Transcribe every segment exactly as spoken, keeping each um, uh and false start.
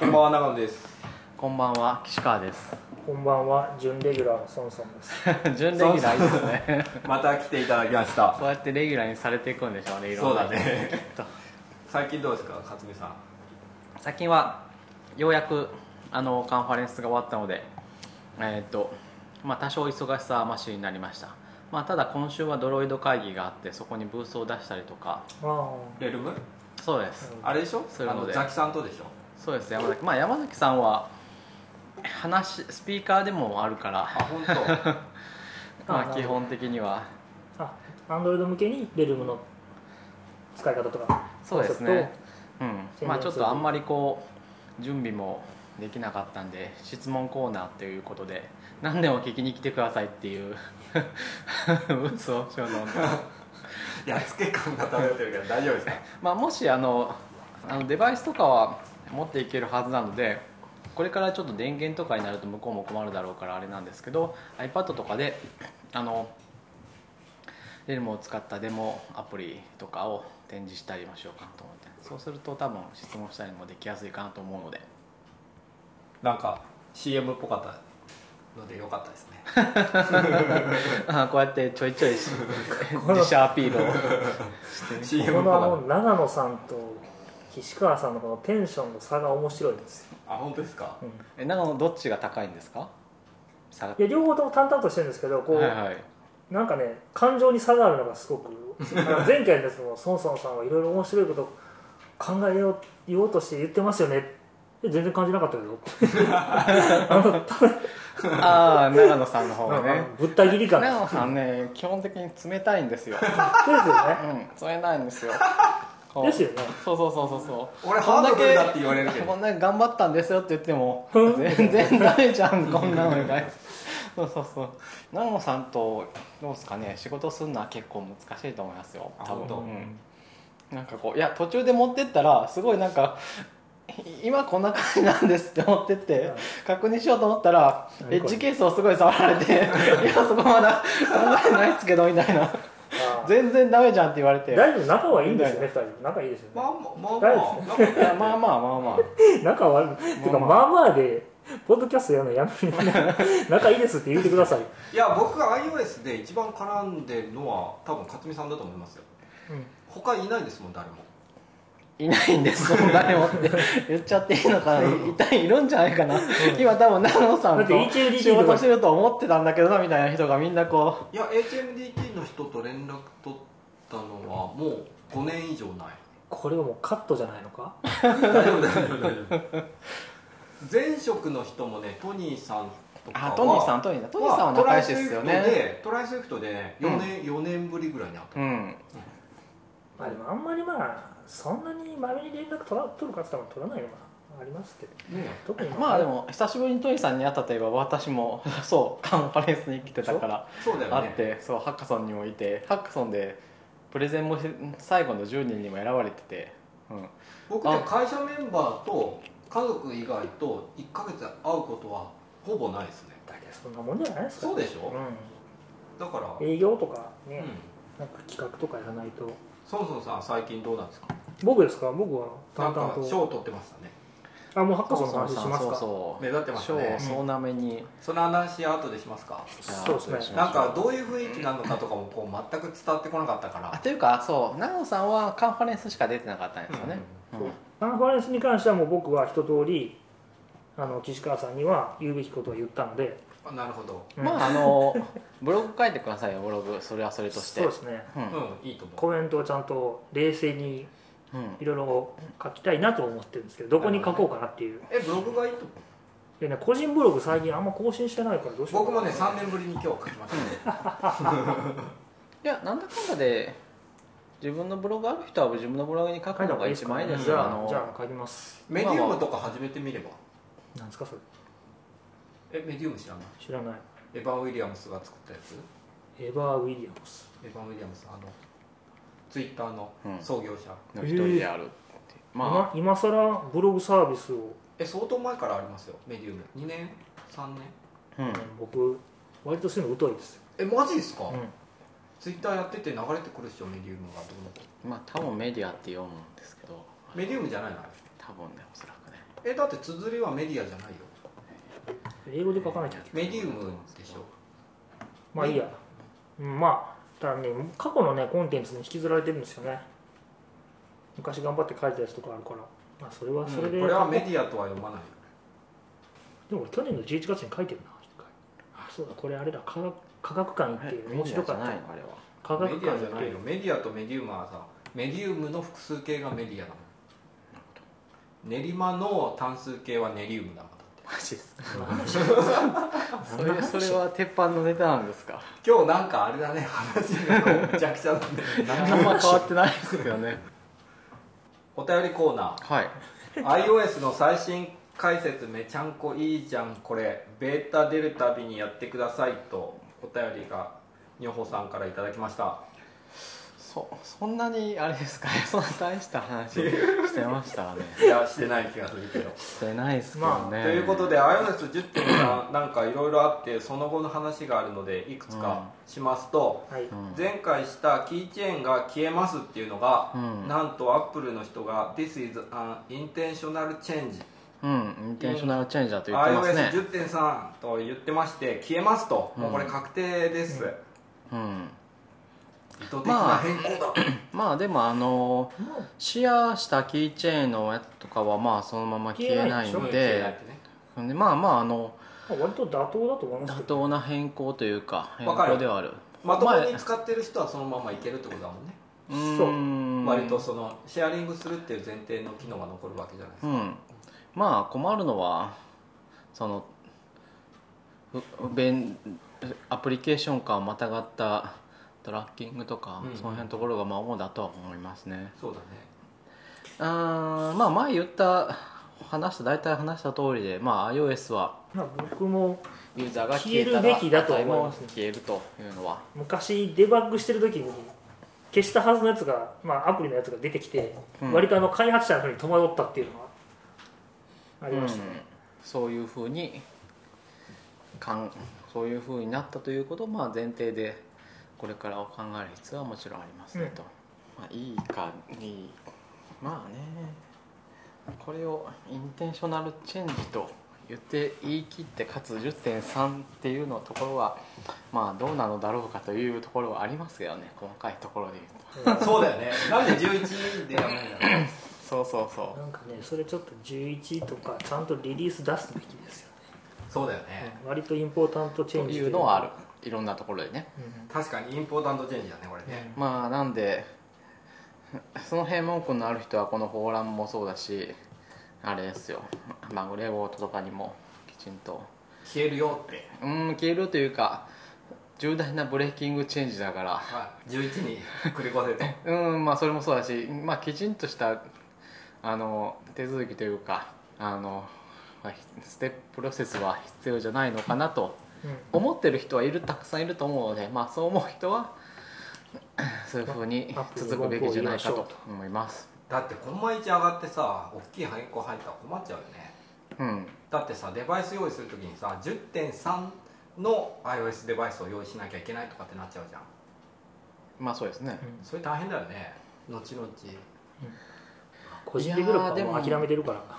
こんばんは、長野です。 こんばんは、岸川です。 こんばんは、準レギュラーのソンソンです。 準レギュラーいいですね。 また来ていただきました。 こうやってレギュラーにされていくんでしょうね、いろんな。 そうだね。最近どうですか、勝美さん。 最近はようやくあのカンファレンスが終わったので、えーっとまあ、多少忙しさはマシになりました。まあ、ただ今週はドロイド会議があって、そこにブースを出したりとか。 あレルムそうです、 あれでしょ、 するので。 あのザキさんとでしょ。 そうです、山崎、まあ、山崎さんは話スピーカーでもあるから、 あ、本当。 まあ基本的にはあ、アンドロイド向けにレルムの使い方とかそうですね、うん、まあちょっとあんまりりこう準備もできなかったんで、質問コーナーということで何でも聞きに来てくださいっていう嘘をしょうのんでやっつけ感が漂ってるけど大丈夫ですか。 まあもしあのあのデバイスとかは持っていけるはずなので、これからちょっと電源とかになると向こうも困るだろうからあれなんですけど、 iPad とかであのレルムを使ったデモアプリとかを展示したりもしようかなと思って、そうすると多分質問したりもできやすいかなと思うので。 なんか シーエム っぽかったので良かったですね。 あこうやってちょいちょい自社アピールをしてシーエム っこのあぽかっの長野さんと岸川さんのこのテンションの差が面白いんですよ、 た。あ、本当ですか。 うん、 え長野どっちが高いんですか？差がいや両方とも淡々としてるんですけど、こう、 はいはい、 なんかね感情に差があるのがすごくあの前回のやつもソンソンさんはいろいろ面白いこと考えよう言おうとして言ってますよね、全然感じなかったけどあのああ長野さんの方がね、 ぶった切り感長野さんね基本的に冷たいんですよ。 そうですよね、 うん、冷たいんですよ。こうですよね。 そうそうそうそうそう。 俺ハードルだって言われるけど。 こんだけ頑張ったんですよって言っても全然ダメじゃんこんなのみたいな。そうそうそう。長野さんとどうですかね、仕事するのは結構難しいと思いますよ。多分。 あ本当うん。なんかこういや途中で持ってったらすごいなんか。今こんな感じなんですって思ってって確認しようと思ったらエッジケースをすごい触られていやそこまだ考えないですけどみたいな全然ダメじゃんって言われて、 大丈夫、仲はいいんですよね、ふたり仲いいですよね、 まあまあまあま大あ丈いやまあまあまあまあ仲はいいっていうか、まあまあでポッドキャストやるのやめに仲いいですって言ってください。 いや、僕が iOS で一番絡んでるのは多分勝美さんだと思いますよ、うん、他いないですもん誰もいないんですもん誰もって言っちゃっていいのかな、いたいるんじゃないかな、うん、今多分長野さんと仕事してると思ってたんだけどなみたいな人がみんなこういや エイチエムディーティー の人と連絡取ったのはもうごねん以上ない。 これはもうカットじゃないのか。 大丈夫大丈夫大丈夫。前職の人もね、トニーさんとかはあトニーさんトニーさんトニーさんは仲良しですよね。 トライスイフトでねよねん、うん、よねんぶりぐらいに会った、うんうん、 まあでもあんまりまあそんなにまめに連絡取ら取るかって言ったら取らないのがありますけど、ね、特にまあでも久しぶりにトニーさんに会ったといえば私もそうカンファレンスに来てたからそうだよ、ね、 会ってそうハッカソンにもいてハッカソンでプレゼンも最後のじゅうにんにも選ばれてて、うん、 僕ね会社メンバーと家族以外といっかげつ会うことはほぼないですね。 大体そんなもんじゃないですか。 そうでしょ、うん、だから営業とかね、 うん、 なんか企画とかやらないと。 ソンソンさん最近どうなんですか。 僕ですか。僕は淡々と賞を取ってましたね。 あ、もうハッカソンの話しますか。 そうそう目立ってましたね。 賞を総なめに、 その話後でしますか。 そうですね。 なんかどういう雰囲気なのかとかもこう全く伝わってこなかったから。 あというかそう長野さんはカンファレンスしか出てなかったんですよね、 うんうん、カンファレンスに関してはもう僕は一通りあの岸川さんには言うべきことを言ったので。 あ、なるほど、 うん、まああのブログ書いてくださいよ。ブログそれはそれとしてそうですね、 うん、 うん、いいと思う。 コメントをちゃんと冷静にいろいろ書きたいなと思ってるんですけど、どこに書こうかなっていう。 え、ブログがいいと思う。 でね、個人ブログ最近あんま更新してないからどうしようかな。 僕もねさんねんぶりに今日書きましたねいやなんだかんだで自分のブログある人は自分のブログに書くのが一番いいですよ。 じゃあじゃあ書きます。 メディウムとか始めてみれば。 なんですかそれ。 え、メディウム知らない。 知らない。 エヴァン・ウィリアムスが作ったやつ。 エヴァ・ウィリアムス。 エヴァン・ウィリアムス、あのツイッターの創業者の一人であるって、 うん、まあ、今更ブログサービスを。 え、相当前からありますよ、メディウム。にねんさんねん、 うん、 僕割とそういうの疎いですよ。 え、マジですか、うん、ツイッターやってて流れてくるでしょ、メディウムがどうのこう。 まあ多分メディアって読むんですけど、 メディウムじゃないの。 多分ね、おそらくね。 えだって綴りはメディアじゃないよ。 英語で書かなきゃいけない。 メディウムでしょ。 まあいいや、うん、まあただね過去のねコンテンツに引きずられてるんですよね。昔頑張って書いたやつとかあるから、まあそれはそれで、 うん、これはメディアとは読まないよ。 でも俺去年のじゅういちがつに書いてるな一回。そうだこれあれだ科学科学館行って面白かった。 メディアじゃないのあれは。 科学メディア館行ってじゃないよ。メディアとメディウムはさ、メディウムの複数形がメディアだもん。練馬の単数形はネリウムだもん。 マジですか。それそれは鉄板のネタなんですか。 今日なんかあれだね、話がこうむちゃくちゃなんで何も変わってないですけどね。 お便りコーナー、 はい。 iOS の最新解説めちゃんこいいじゃんこれベータ出るたびにやってくださいとお便りが女穂さんからいただきました。 そそんなにあれですかね。そんな大した話してましたかね。 いやしてない気がするけどしてないですけどね、 まあ、ということで アイオーエスじゅってんさん なんかいろいろあってその後の話があるのでいくつかしますと、 はい、 前回したキーチェーンが消えますっていうのが、 うん、 なんとアップルの人が This is an intentional change、 うん、インテンショナルチェンジャーと言ってますね。 アイオーエスじゅってんさん と言ってまして消えますと、うん、もうこれ確定です、 うん、 意図的な変更だ、 まあ、まあでもあのシェアしたキーチェーンのやつとかはまあそのまま消えないので、でまあまああの割と妥当だと思います妥当な変更というか変更ではある。 まともに使ってる人はそのままいけるってことだもんね。そう割とそのシェアリングするっていう前提の機能が残るわけじゃないですか、うん、 まあ困るのはそのアプリケーション間をまたがったトラッキングとか、うん、その辺のところがまあ主だとは思いますね。 そうだね。 あまあ前言った話した大体話した通りで、まあ、iOS は僕もユーザーが消えるべきだと思います、 ね、消えるというのは昔デバッグしてる時に消したはずのやつが、まあ、アプリのやつが出てきて、うん、割とあの開発者の方に戸惑ったっていうのはありましたね、うん、 そういうふうにかんそういうふうになったということをまあ前提でこれから考える必要はもちろんありますね、うん、と、まあ、いいかいいまあねこれをインテンショナルチェンジと言って言い切ってかつ じゅってんさん っていうのところはまあどうなのだろうかというところはありますけどね、細かいところで言うとそうだよね。なんでじゅういちでやるんだろうそうそうそうなんかねそれちょっとじゅういちとかちゃんとリリース出すべきですよね。 そうだよね、 うん、割とインポータントチェンジというのはある、いろんなところでね、 うん、確かにインポータントチェンジだねこれね、 うん、まあなんでその辺文句のある人はこのフォーラムもそうだしあれですよ、まあ、グレーボートとかにもきちんと消えるよってうん消えるというか重大なブレーキングチェンジだから、 はい、じゅういちに繰り越せとうんまあそれもそうだし、まあ、きちんとしたあの手続きというかあのステッププロセスは必要じゃないのかなと思ってる人はいるたくさんいると思うので、まあ、そう思う人はそういうふうに続くべきじゃないかと思います。 だってコンマいち上がってさ大きい変更入ったら困っちゃうよね、うん、だってさデバイス用意するときにさ じゅってんさん の iOS デバイスを用意しなきゃいけないとかってなっちゃうじゃん。 まあそうですね、 うん、それ大変だよね後々、うん、 個人デベロッパーも諦めてるから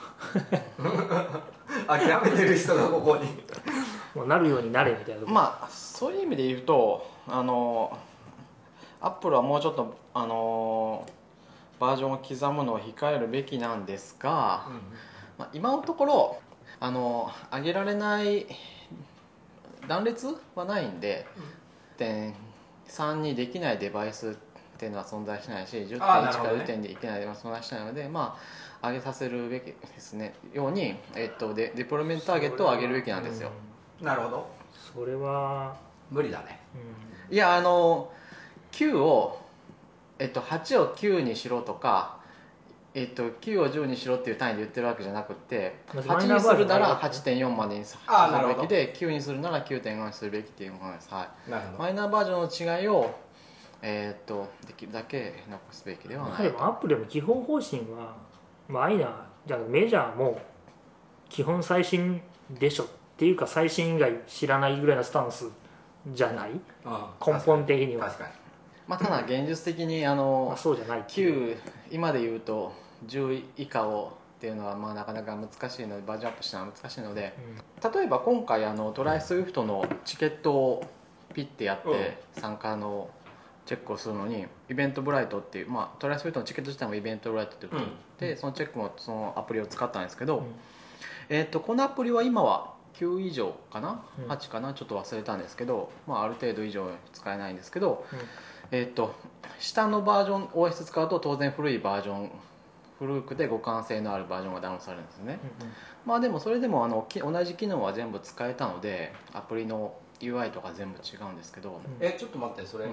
諦めてる人がここにもうなるようになれみたいな。 まあそういう意味で言うとあのアップルはもうちょっとあのバージョンを刻むのを控えるべきなんですが、うんまあ、今のところあの上げられない断裂はないんで、うん、じゅってんさん にできないデバイスっていうのは存在しないし じゅってんいち から じゅってんに できないデバイスは存在しないので、まあ上げさせるべきですねように、えっと、デ, デプロイメントターゲットを上げるべきなんですよ。 なるほど。 それは無理だね、 うん、いやあのきゅうを、えっと、はちをきゅうにしろとか、えっと、きゅうをじゅうにしろっていう単位で言ってるわけじゃなくてはちにするなら はちてんよん までにするべきできゅうにするなら きゅうてんご にするべきっていうものです、はい、なるほど。マイナーバージョンの違いを、えー、っとできるだけ残すべきではない。 でもアップルでも基本方針はマイナーじゃメジャーも基本最新でしょっていうか最新以外知らないぐらいのスタンスじゃない、うん、根本的には。 確かに、 まあ、ただ現実的にあの、 まあ、そうじゃないきゅう今で言うとじゅう以下をっていうのはまあなかなか難しいので、バージョンアップしないのは難しいので、うん、例えば今回あのトライスイフトのチケットをピッてやって参加のチェックをするのに、イベントブライトっていう、まあ、トライスイフトのチケット自体もイベントブライトって言って、うん、そのチェックもそのアプリを使ったんですけど、うん、えー、とこのアプリは今はきゅう以上かな、うん、はちかな、ちょっと忘れたんですけど、まあ、ある程度以上使えないんですけど、うん、えー、と下のバージョン オーエス 使うと当然古いバージョン、古くて互換性のあるバージョンがダウンされるんですね、うんうん、まあでもそれでもあの同じ機能は全部使えたので、アプリの ユーアイ とか全部違うんですけど、 うん、えちょっと待って、それ、うん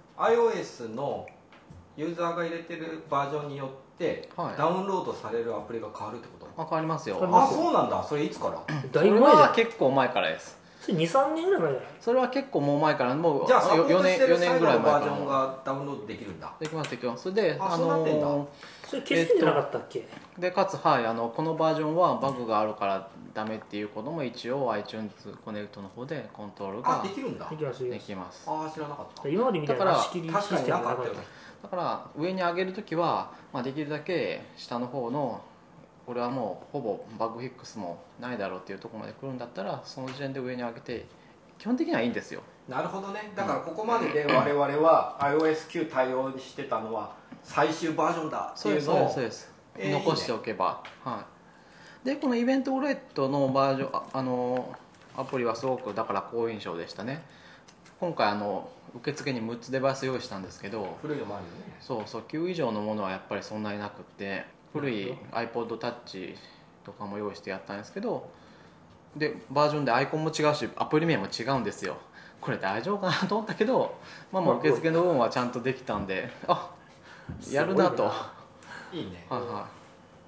、iOS のユーザーが入れてるバージョンによってダウンロードされるアプリが変わるってこと？ あ、変わりますよ。 あ、そうなんだ。それいつから？ それは結構前からです。 それ にさんねんぐらい前じゃない？ それは結構もう前から、もうじゃあサポートしてる最後のバージョンががダウンロードできるんだ。 できますできます。それで、 あ、そうなってんだ。 それ消せんじゃなかったっけ？ でかつ、はい、あのこのバージョンはバグがあるからダメっていうことも一応 iTunes コネクトの方でコントロールができるんだ。 できます。 できます。 あ、知らなかった。 今までみたいな仕切りシステムがなかった。 だから上に上げるときは、まあ、できるだけ下の方のこれはもうほぼバグフィックスもないだろうっていうところまで来るんだったら、その時点で上に上げて基本的にはいいんですよ。 なるほどね。だからここまでで我々は アイオーエスきゅう 対応にしてたのは最終バージョンだっていうのをそうです、えー、残しておけばいいね。はい、でこのイベントブレッドのバージョン あ, あのアプリはすごくだから好印象でしたね。今回あの受付にむっつデバイス用意したんですけど、 古いのもあるよね。 そうそう、きゅう以上のものはやっぱりそんなになくって、古い iPod Touch とかも用意してやったんですけど、でバージョンでアイコンも違うしアプリ名も違うんですよ。これ大丈夫かなと思ったけど、まあ、もう受付の部分はちゃんとできたんで、あ、やるなと。 いいね。 はいはい。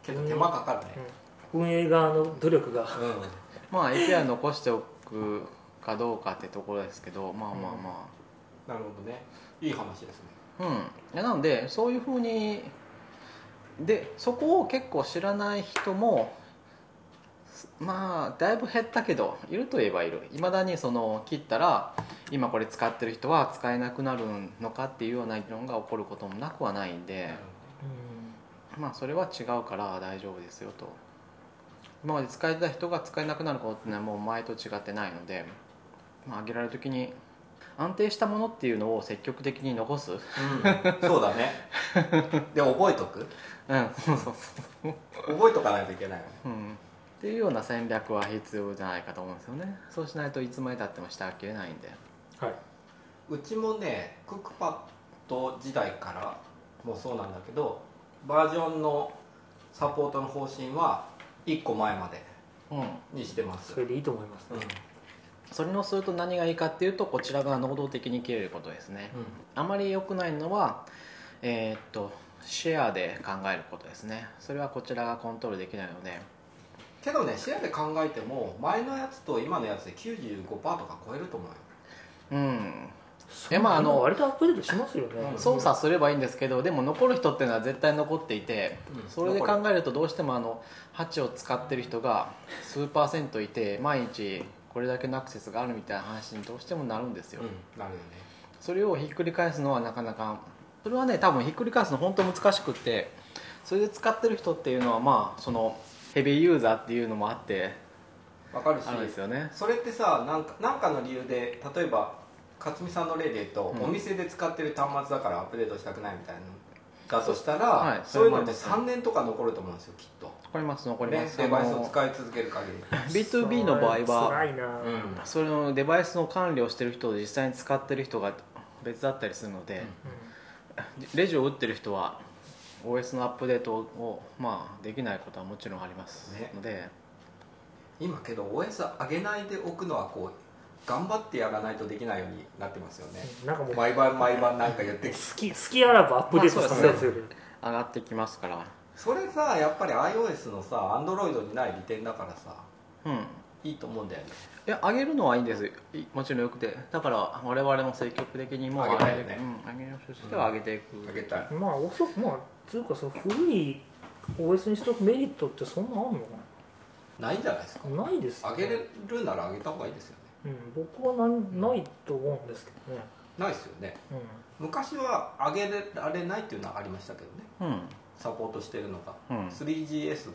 けど手間かかるね、 うん、運営側の努力が、うん、 まあ エーピーアイ 残しておくかどうかってところですけど、まあまあまあ、 うん、なるほどね。いい話ですね。 うん、いやなのでそういうふうにで、そこを結構知らない人もまあだいぶ減ったけどいるといえばいる。いまだにその切ったら今これ使ってる人は使えなくなるのかっていうような議論が起こることもなくはないんで、うん、まあそれは違うから大丈夫ですよと。今まで使えてた人が使えなくなることっていうのはもう前と違ってないので、まあ、上げられる時に安定したものっていうのを積極的に残す、うん、 そうだね。で覚えとく、 うん、そうそうそう覚えとかないといけないよね、 うん、っていうような戦略は必要じゃないかと思うんですよね。そうしないといつまでたっても下が切れないんで、 はい、 うちもねクックパッド時代からもそうなんだけど、バージョンのサポートの方針はいっこまえまでにしてます、 うん、それでいいと思います、ね、 うん、それをすると何がいいかっていうと、こちらが能動的に切れることですね、うん、あまり良くないのは、えー、っとシェアで考えることですね。それはこちらがコントロールできないので。 けどね、シェアで考えても前のやつと今のやつで きゅうじゅうごパーセント とか超えると思うよ。 うん、えまああの割とアップデートしますよね、 うん、操作すればいいんですけど、でも残る人っていうのは絶対残っていて、うん、それで考えるとどうしてもあのハチを使ってる人が数パーセントいて毎日これだけのアクセスがあるみたいな話にどうしてもなるんですよ、うん、 なるよね。 それをひっくり返すのはなかなか、それはね多分ひっくり返すの本当難しくって、それで使ってる人っていうのはまあそのヘビーユーザーっていうのもあって分かるし、 あるんですよね。 それってさ、なんか、なんかの理由で例えば勝美さんの例で言うと、うん、お店で使ってる端末だからアップデートしたくないみたいなだとしたら、はい、そういうのってさんねんとか残ると思うんですよ、きっと。 残ります残ります、 ね、デバイスを使い続ける限り。 ビーツービー の場合は辛いな、うん、 それのデバイスの管理をしてる人と実際に使ってる人が別だったりするので、うん、レジを打ってる人は オーエス のアップデートを、まあ、できないことはもちろんありますので、ね、 今けど オーエス 上げないでおくのはこう頑張ってやらないとできないようになってますよね。 なんかもう毎晩毎晩なんか言ってきて好き好きあらばアップデートさせる、 まあ、上がってきますから。 それさやっぱり iOS のさ Android にない利点だからさ、 うん、 いいと思うんだよね。 いや上げるのはいいんです、もちろんよくて、だから我々も積極的にもう上げたいよね、うん、上げる人としては上げていく、 うん、上げたい。 まあ遅くまあつうかその古い オーエス にしとくメリットってそんなあんのかな。ないんじゃないですか。 ないです、ね、 上げれるなら上げた方がいいですよね。 うん、僕はなないと思うんですけどね。 ないですよね、 うん、 昔は上げられないっていうのはありましたけどね、 うん、 サポートしてるのが、 うん、 スリージーエス が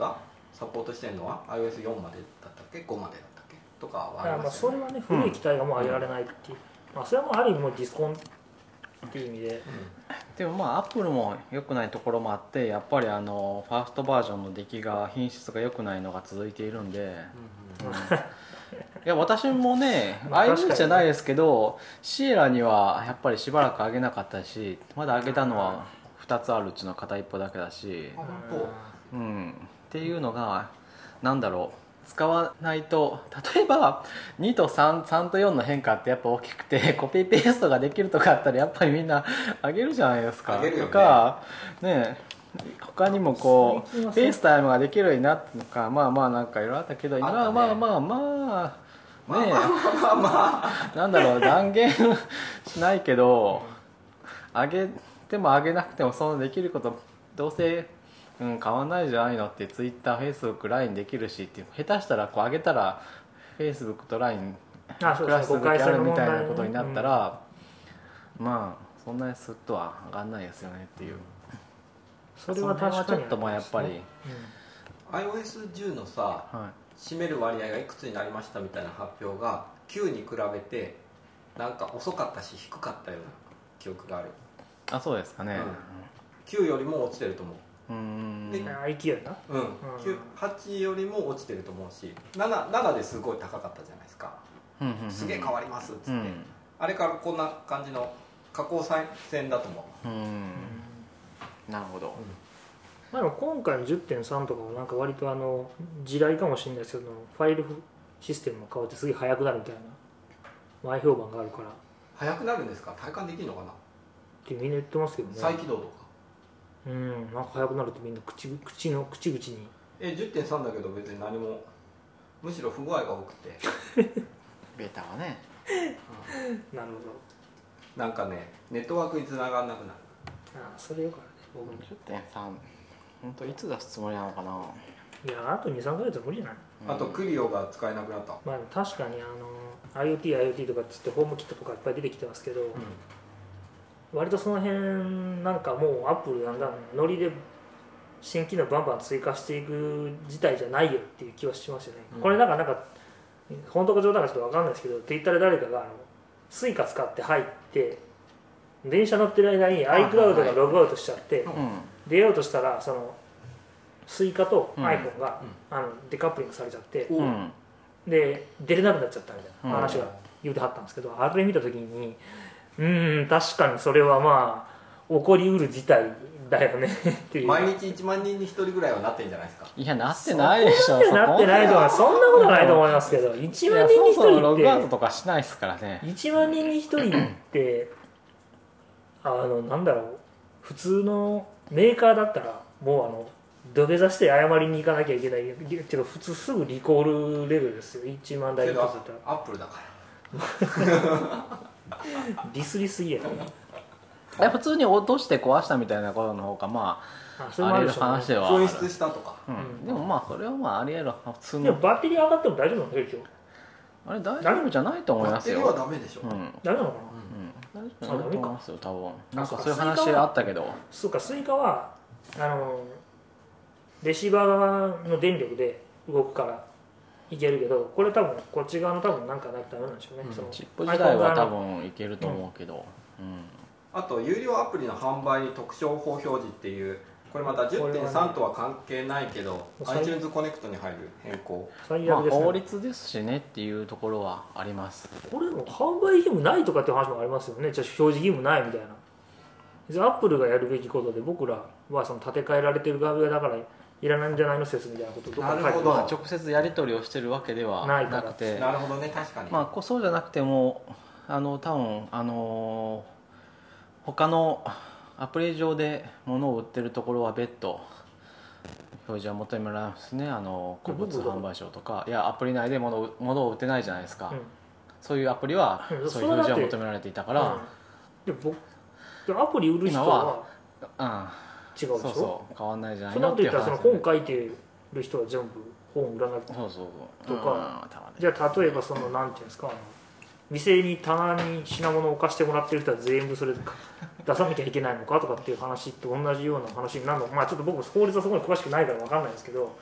サポートしてるのは アイオーエスフォー までだったっけごまでだったっけとかはありまあますよね。 それはね古い機体がもう上げられないっていう、うん、まあ、それはもうある意味もうディスコンっていう意味で、うん、 でもまあアップルも良くないところもあってやっぱりあのファーストバージョンの出来が品質が良くないのが続いているんで、うんうん、いや私もね iOS じゃないですけどシエラにはやっぱりしばらく上げなかったしまだ上げたのはふたつあるうちの片一方だけだし、うん、っていうのがなんだろう使わないと例えばにとさん、さんとよんの変化ってやっぱ大きくてコピーペーストができるとかあったらやっぱりみんな上げるじゃないですか。 上げるよね。 とかね他にもこうフェイスタイムができるようになったのかまあまあなんかいろいろあったけど今はまあまあまあねえなんだろう断言しないけど上げても上げなくてもそのできることどうせうん、変わんないじゃないのってツイッター、フェイスブック、ライン できるしっていう下手したらこう上げたらフェイスブックと ライン クラス続きあるみたいなことになったら、うん、まあそんなにスッとは上がんないですよねっていう。 それは確かにちょっとまあやっぱり、 うん、アイオーエスじゅう のさ、はい、占める割合がいくつになりましたみたいな発表がきゅうに比べてなんか遅かったし低かったような記憶がある。 あ、そうですかね、うん、 きゅうよりも落ちてると思う。 うんで勢いな、 うん、はちよりも落ちてると思うし 7, 7ですごい高かったじゃないですか、うんうんうん、すげえ変わりますっつって、うん、あれからこんな感じの下降線だと思う、うん、 なるほど、うん、 まあ、でも今回の じゅってんさん とかもなんか割とあの地雷かもしれないですけどファイルシステムが変わってすげえ速くなるみたいな前評判があるから。 速くなるんですか？体感できるのかなってみんな言ってますけどね。 再起動とかうん、なんか速くなるってみんな口口の口々にえ じゅってんさん だけど別に何もむしろ不具合が多くてベータはね、 うん、なるほどなんかねネットワークに繋がらなくなる。 ああそれよくあるね僕もじゅってんさん 本当いつ出すつもりなのかな。 いやあと にさんかげつは無理じゃない、 うん、あとクリオが使えなくなった。 まあ確かにあの IoT、IoT とかっつってホームキットとかいっぱい出てきてますけど、うん、割とその辺なんかもうアップルなんだノリで新機能バンバン追加していく事態じゃないよっていう気はしますよね、うん、これなんかなんか本当か冗談かちょっと分かんないですけど Twitter で誰かがあのスイカ使って入って電車乗ってる間に iCloud がログアウトしちゃって、うん、出ようとしたらそのスイカと iPhone が、うん、あのデカップリングされちゃって、うん、で出れなくなっちゃったみたいな話が言うてはったんですけど、うん、あれ見た時にうーん確かにそれはまあ起こりうる事態だよねっていう。 毎日いちまんにんにひとりぐらいはなってんじゃないですか。 いやなってないでしょ。 そなってないとはそんなことないと思いますけどいちまんにんにひとりってログアウトとかしないですからね。 いちまんにんにひとりってあのなんだろう普通のメーカーだったらもうあの土下座して謝りに行かなきゃいけないけど普通すぐリコールレベルですよ。いちまんだい一つだったら。 アップルだからディスりすぎやね。 いや普通に落として壊したみたいなことの方がまあ あ, あり得る話では紛失したとか、 うん、でもまあそれはまああり得る普通の。 でもバッテリー上がっても大丈夫なの？ あれ大丈夫じゃないと思いますよ。 バッテリーはダメでしょ、 うん、大丈夫なのかな、うん、大丈夫じゃないと思いますよ多分。なんかそういう話あったけどそうかスイカはあのレシーバーの電力で動くからいけるけどこれ多分こっち側の多分なんかないとダメなんでしょうね、うん、そのチップ自体は多分いけると思うけど、うんうん、 あと有料アプリの販売に特徴法表示っていうこれまた じゅってんさん とは関係ないけど iTunes コネクトに入る変更、 ね、まあ法律ですしねっていうところはあります。 これも販売義務ないとかっていう話もありますよね。じゃあ表示義務ないみたいな。アップルがやるべきことで僕らはその建て替えられてる側だからいらないんじゃないの説みたいなこととか書いてます。 直接やり取りをしてるわけではなくて、 なるほどね確かに。 まあそうじゃなくてもあの多分あの他のアプリ上で物を売ってるところは別途表示は求められますね。あの個物販売所とかいやアプリ内で物を物を売ってないじゃないですか、うん、そういうアプリはそういう表示は求められていたから、 うん、で僕アプリ売る人は違うでしょ。 そうそう変わんないじゃないのっていう話。そんなこと言ったらその本書いてる人は全部本売らなくてそうそうとか、じゃあ例えばそのなんていうんですか、あの店に棚に品物を置かしてもらってる人は全部それ出さなきゃいけないのかとかっていう話と同じような話になるの。まあちょっと僕法律はそこに詳しくないから分かんないですけど、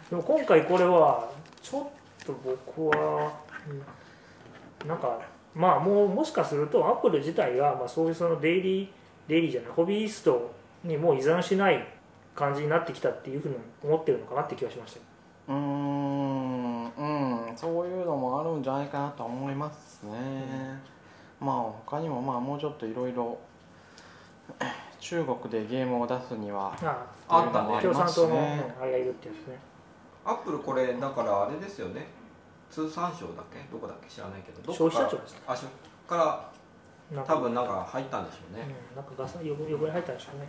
でも今回これはちょっと僕はなんかまあもうもしかするとアップル自体がまあそういうそのデイリーデイリーじゃないホビーストにもう依存しない感じになってきたっていうふうに思ってるのかなって気がしました。 うーんうんそういうのもあるんじゃないかなと思いますね、うん、まあ他にもまあもうちょっといろいろ中国でゲームを出すにはああったね共産党の、ね、あれがいるってやつね。 アップルこれだからあれですよね通産省だっけどこだっけ知らないけどど消こから費者庁ですね。 あそこから多分なんか入ったんでしょうね、 うん、なんかガサ汚れ入ったんでしょうね、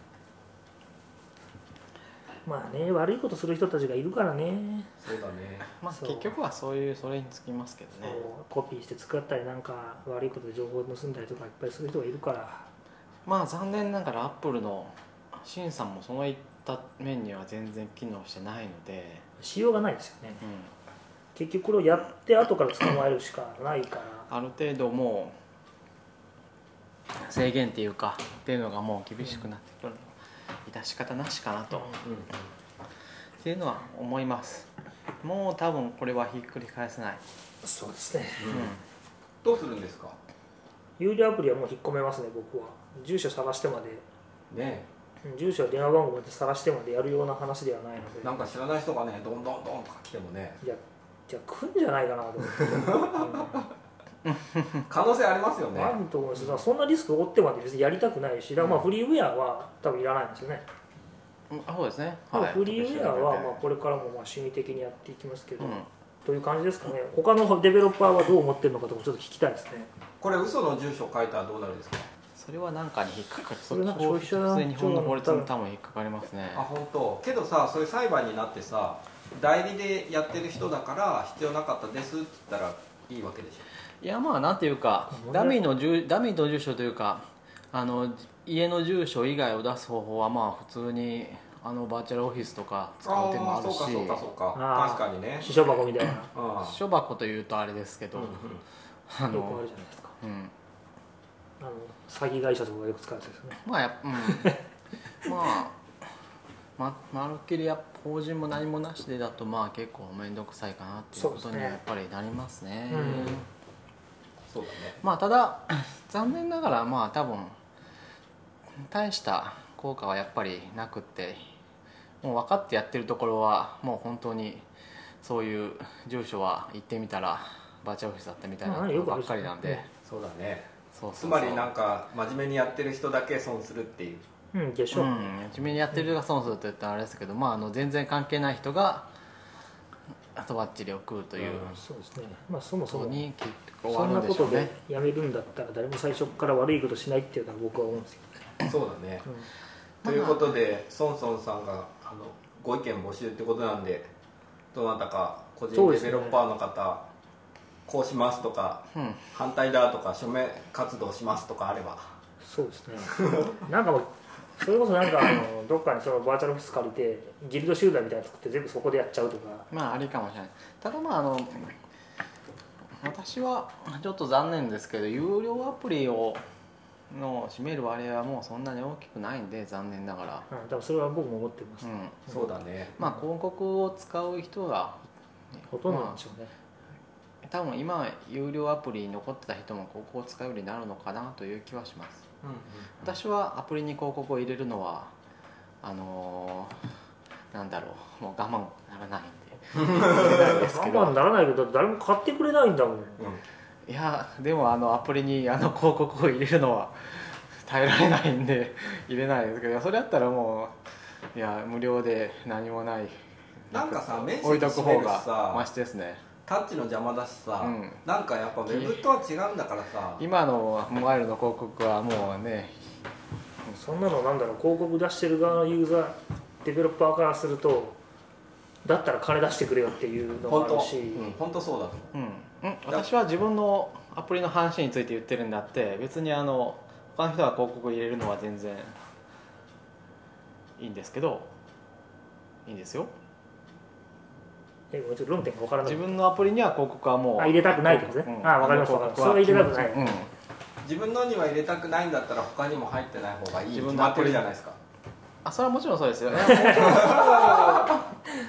うん、まあね悪いことする人たちがいるからね。 そうだね、 まあ結局はそういうそれにつきますけどね。 コピーして作ったりなんか悪いことで情報を盗んだりとかいっぱいする人がいるから。 まあ残念ながらアップルの審査もそういった面には全然機能してないのでしようがないですよね、 うん、 結局これをやって後から捕まえるしかないからある程度もう制限っていうかっていうのがもう厳しくなってくるの致し方なしかなと、うん、っていうのは思います。もう多分これはひっくり返せない。 そうですね、 うん、どうするんですか。 有料アプリはもう引っ込めますね僕は。住所探してまでね住所や電話番号まで探してまでやるような話ではないので。 なんか知らない人がねどんどんどんとか来てもねいやじゃあ来んじゃないかなと思って、 うん、 可能性ありますよね。 あると思うんですがそんなリスクを負ってまで別にやりたくないし、だからまあフリーウェアは多分いらないんですよね。 あそうですね、 はい、フリーウェアはまあこれからもまあ趣味的にやっていきますけど、うん、という感じですかね。他のデベロッパーはどう思ってるのかとかちょっと聞きたいですね。 これ嘘の住所書いたらどうなるんですか。 それは何かに引っかかる。 それなんか消費者日本の法律に多分引っかかりますね。 あ本当。けどさそういう裁判になってさ代理でやってる人だから必要なかったですって言ったらいいわけでしょ。 いやまあなんていうかダミーの住ダミーの住所というかあの家の住所以外を出す方法はまあ普通にあのバーチャルオフィスとか使う手もあるし、 そうかそうかそうか確かにね。 私書箱みたいな。 私書箱というとあれですけど、うんうん、 あのよくあるじゃないですか。うん、あの詐欺会社とかがよく使うやつですよね。 まあや、うん、まあままるっきりや法人も何もなしでだとまあ結構面倒くさいかなっていうことにはやっぱりなりますね。 うん、 そうだね。 まあただ残念ながらまあ多分大した効果はやっぱりなくってもう分かってやってるところはもう本当にそういう住所は行ってみたらバーチャルオフィスだったみたいなことばっかりなんで、 そうだね。 そうそうそう、 つまりなんか真面目にやってる人だけ損するっていう。 うんでしょう、 うん、真面目にやってる人が損すると言ったらあれですけど、まあ、あの全然関係ない人があとばっちりを食うという、 うん、そうですね。まあそもそもに結局終そんわるなんことででしょうね。 やめるんだったら誰も最初から悪いことしないっていうのは僕は思うんですよ。 そうだね、うん、ということでソンソンさんがあのご意見募集ってことなんでどなたか個人デベロッパーの方、こうしますとか、うん、反対だとか署名活動しますとかあれば。 そうですねなんかもうそれこそなんかあのどっかにそのバーチャルオフィス借りてギルド集団みたいなの作って全部そこでやっちゃうとかまあありかもしれない。ただまああの私はちょっと残念ですけど有料アプリをの占める割合はもうそんなに大きくないんで残念ながら、 うん、多分それは僕も思ってます、 うん、そうだね。 まあ広告を使う人がほとんどなんでしょうね、 まあ、多分今有料アプリに残ってた人も広告を使うようになるのかなという気はします、うんうんうん、私はアプリに広告を入れるのはあのー、なんだろうもう我慢ならないんで我慢ならないけど誰も買ってくれないんだもん、うん、 いやでもあのアプリにあの広告を入れるのは耐えられないんで入れないですけどそれだったらもういや無料で何もないなんかさメッセ置いとく方ージがマシですね。 タッチの邪魔だしさ、うん、なんかやっぱウェブとは違うんだからさ今のモバイルの広告はもうねそんなのなんだろう広告出してる側のユーザーデベロッパーからするとだったら金出してくれよっていうのもあるし本当、うん、そうだと思う、 うんうん、私は自分のアプリの話について言ってるんだって別にあの他の人が広告入れるのは全然いいんですけどいいんですよ。 えもうちょっと論点が分からない。 自分のアプリには広告はもうあ入れたくないってことですね、うん、あ分かります分かりますそれは入れたくない、うん、 自分のには入れたくないんだったら他にも入ってない方がいい自分のアプリじゃないですか。 あそれはもちろんそうですよ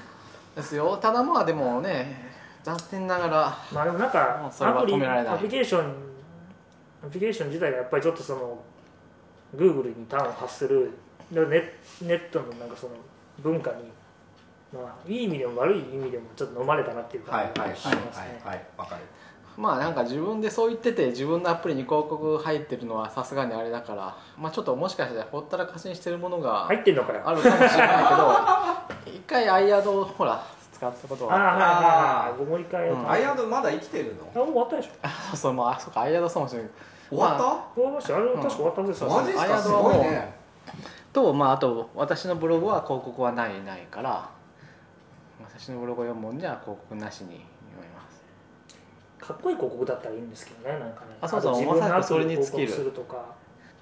ですよ。ただまあでもね残念ながらまあでもなんかそれはアプリ止められないアプリケーションアプリケーション自体がやっぱりちょっとその Google に端を発するネネットのなんかその文化に、まあ、いい意味でも悪い意味でもちょっと飲まれたなっていう感じがしますね。 はいはいはいはいわかる。 まあなんか自分でそう言ってて自分のアプリに広告入ってるのはさすがにあれだから、まあちょっともしかしたらほったらかしにしてるものが入ってんのかよ。 あるかもしれないけど一回アイアドをほら使ったことああははいはいはい。僕もう一回やった。 うんアイアドまだ生きてるの？ あもう終わったでしょ。 あそうそうまあそうかアイアドそうもしれない終わった？ 終わりました。あれ確か終わったんですよ。 マジですか？すアイアドはもうごいね。 とまああと私のブログは広告はないないから私のブログを読むもんじゃ広告なしに読めます。 かっこいい広告だったらいいんですけどね、なんかね。 あそうそうと自分のアプまさしくそれリに広に尽きる告するとか。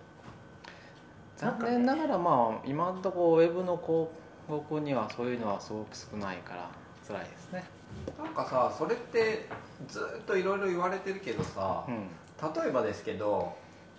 残念ながらまあ今のところウェブの広告にはそういうのはすごく少ないから辛いですね。 なんかさそれってずっといろいろ言われてるけどさ、 うん例えばですけど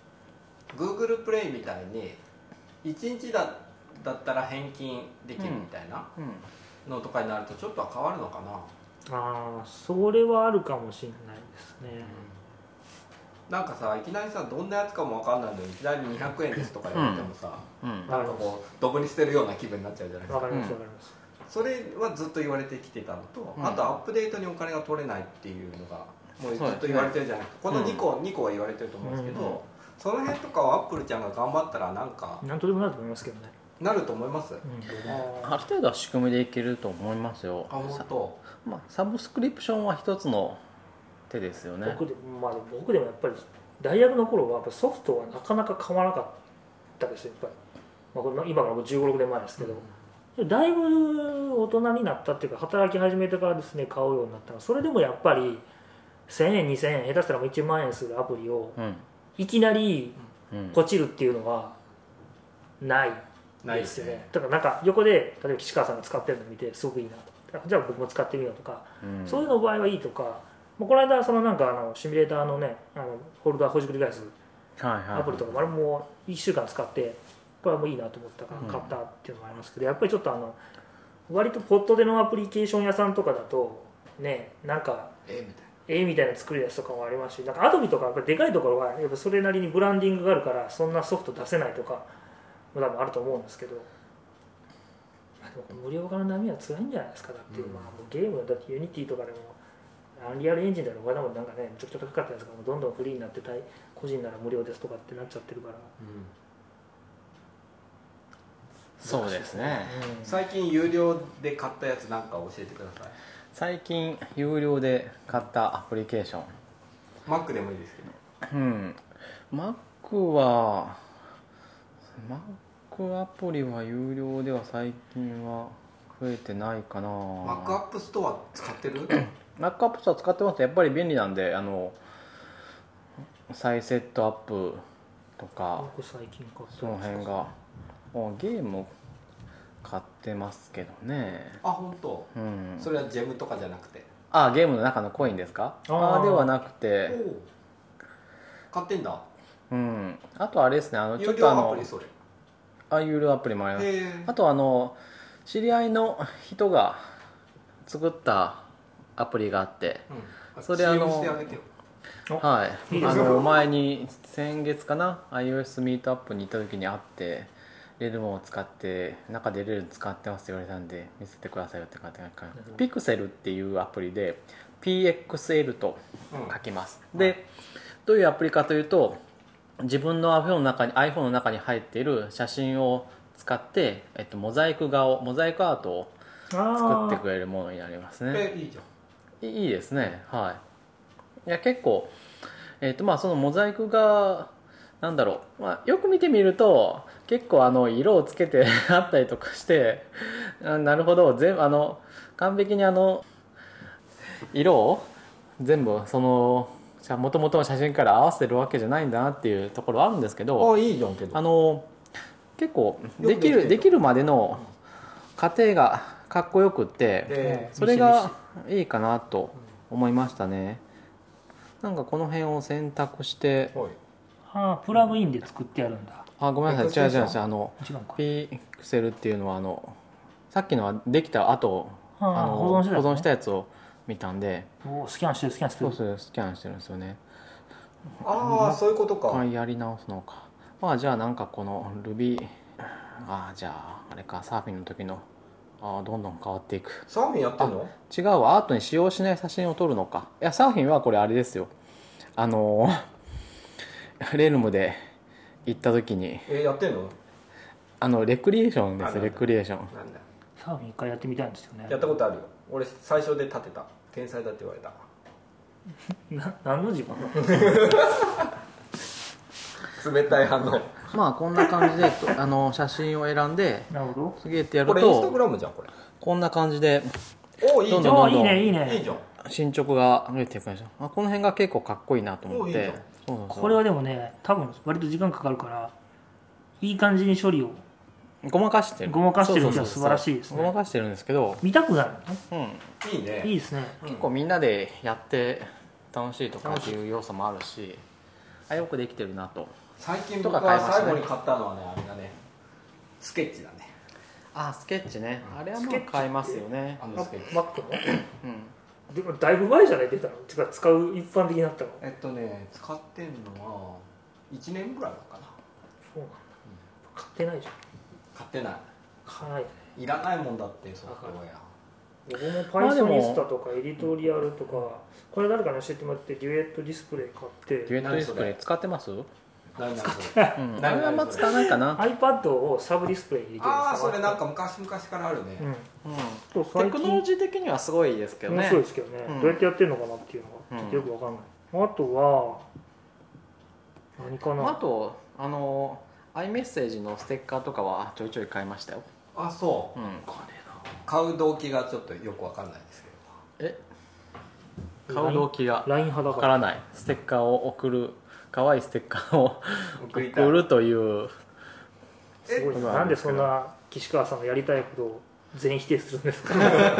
Google プレイみたいにいちにちだだったら返金できるみたいなうんのとかになるとちょっとは変わるのかな。 ああ、それはあるかもしれないですね。 なんかさいきなりさどんなやつかも分かんないのにいきなりにひゃくえんですとか言われてもさ、 うんなんかこうドブに捨てるような気分になっちゃうじゃないですか。 わかりますわかります。 それはずっと言われてきてたのと、 うんあとアップデートにお金が取れないっていうのがもうずそうですねっと言われてるじゃないですか。このにこ、にこは言われてると思うんですけど、 うんその辺とかはアップルちゃんが頑張ったらなんかなんとでもなると思いますけどね。 なると思います。 うんある程度は仕組みでいけると思いますよ。 あ本当。 まあ、サブスクリプションは一つの手ですよね。 僕でまあ、僕でもやっぱり大学の頃はやっぱソフトはなかなか買わなかったですよやっぱり、まあ、これ今からじゅうご、ろくねんまえですけど、うん、だいぶ大人になったっていうか働き始めてからですね買うようになったのはそれでもやっぱりせんえんにせんえん下手したらもういちまんえんするアプリをうんいきなりうんポチるっていうのはないないでよね。 ですすね。 だからなんか横で例えば岸川さんが使ってるのを見てすごくいいなとじゃあ僕も使ってみようとか、 うんそういうの場合はいいとか、もうこの間そのなんかあのシミュレーターのねあのホルダーほじくり返すはいはいはいアプリとかもあれもいっしゅうかん使ってこれはもういいなと思ったから買ったっていうのもありますけど、やっぱりちょっとあの割とポットでのアプリケーション屋さんとかだとねなんかえみたい絵みたいな作るやつとかもありますし、なんかアドビとかやっぱりでかいところはやっぱそれなりにブランディングがあるからそんなソフト出せないとかも多分あると思うんですけど、まあでも無料化の波は強いんじゃないですか。だって、 うんまあもうゲームだってユニティとかでもアンリアルエンジンでもまだまだなんかねちょっと高かったやつがもうどんどんフリーになってたい個人なら無料ですとかってなっちゃってるから、 な。 そうですね。 うん最近有料で買ったやつなんか教えてください。 最近有料で買ったアプリケーション、 Mac でもいいですけど。 うん Mac は Mac アプリは有料では最近は増えてないかな。 Mac App Store 使ってる？ Mac アプリは使ってます。やっぱり便利なんで、あの再セットアップとか僕最近買ったその辺がもうゲーム買ってますけどね。 あ本当。 うんそれはジェムとかじゃなくて。 あゲームの中のコインですか？ あーあーではなくて、 おお。買ってんだ。 うん、あとあれですね、あのちょ有料っとあのアプリそれ。 あ有料アプリもあります。 へえ。 あとあの知り合いの人が作ったアプリがあって、 うん。 それあのシーエム してあげてよ。 はい、 いいですよあの前に先月かな iOS ミートアップに行った時に会ってレルモを使って中でレル使ってますって言われたんで見せてくださいよって書いてあるから、ピクセルっていうアプリで ピーエックスエル と書きます、 うんでどういうアプリかというと自分の iPhone の中に iPhone の中に入っている写真を使って、えっと、モザイク画をモザイクアートを作ってくれるものになりますね。 えいいじゃん。 いいですね。はい。いや結構、えーとまあ、そのモザイクがなんだろう、まあ、よく見てみると結構あの色をつけてあったりとかしてあなるほど全部あの完璧にあの色を全部その元々の写真から合わせてるわけじゃないんだなっていうところはあるんですけど、 あいいじゃんけど。 あの結構できよくできてるるできるまでの過程がかっこよくって、 でそれがいいかなと思いましたね。なんかこの辺を選択してはい。 あープラグインで作ってやるんだ。 あごめんなさい違う違う違うあの違うか。 ピクセルっていうのはあのさっきのはできた後あの保存したやつね保存したやつを見たんで、 おースキャンしてるスキャンしてるそうそうスキャンしてるんですよね。 ああそういうことか。 一回やり直すのか。まあじゃあなんかこの Ruby、 ああじゃああれか、サーフィンの時のああどんどん変わっていく。 サーフィンやってんの？ 違うわ、アートに使用しない写真を撮るのか。いやサーフィンはこれあれですよ、あのレルムで行った時にえー、やってんの？ あのレクリエーションであなんだすレクリエーション。 なんだ。 サーフィン一回やってみたいんですよねやったことあるよ。俺最初で立てた。天才だって言われた。 な何の自分冷たい反応。 まあこんな感じでとあの写真を選んでなるほど次へってやるこれインスタグとラムじゃんこれ。 こんな感じでおおいいじゃん。 どんどんあいいねいいねいいじゃん。 進捗が増えていくんですよ。あこの辺が結構かっこいいなと思って。 おいいじゃんそうそうそうこれはでもね多分割と時間かかるからいい感じに処理をごまかしてるごまかしてるっていうのはそうそうそう素晴らしいですねごまかしてるんですけど、 見たくなるのねうん、 いいね。 いいですね結構みんなでやって楽しいとかっていう要素もあるし、あよくできてるなと。 最近僕とか買いはましたね最後に買ったのはねあれだね。スケッチだね。 あスケッチね、あれはまあスケッチって買いますよね。 あのスケッチ。 マックのうんでもだいぶ前じゃない出たのてか使う一般的になったのえっとね使ってんのはいちねんぐらいかな。 そうなんだ買ってないじゃん買ってない。 買わないいらないもんだってソフトウェア。 僕も Pythonista とかエディトリアルとかこれ誰かに教えてもらってデュエットディスプレイ買ってデュエットディスプレイ使ってます？うん、 何々それ。 あれはあんま使わないかな。 iPad をサブディスプレイに入れてるんですよああそれなんか昔々からあるね。 うんうん、 そうテ最近クノロジー的にはすごいですけどね。 面白いですけどね、 うんどうやってやってるのかなっていうのがちょっとよくわかんない、あとは何かな、 あとあの iMessage のステッカーとかはちょいちょい買いましたよ。 あそう。 うん、 買う動機がちょっとよくわかんないですけど。 え買う動機がライン 派だわかかららない。ステッカーを送る、可愛いステッカーを送りたい送るという。 すごいな。 えなんでそんな岸川さんのやりたいことを全否定するんですか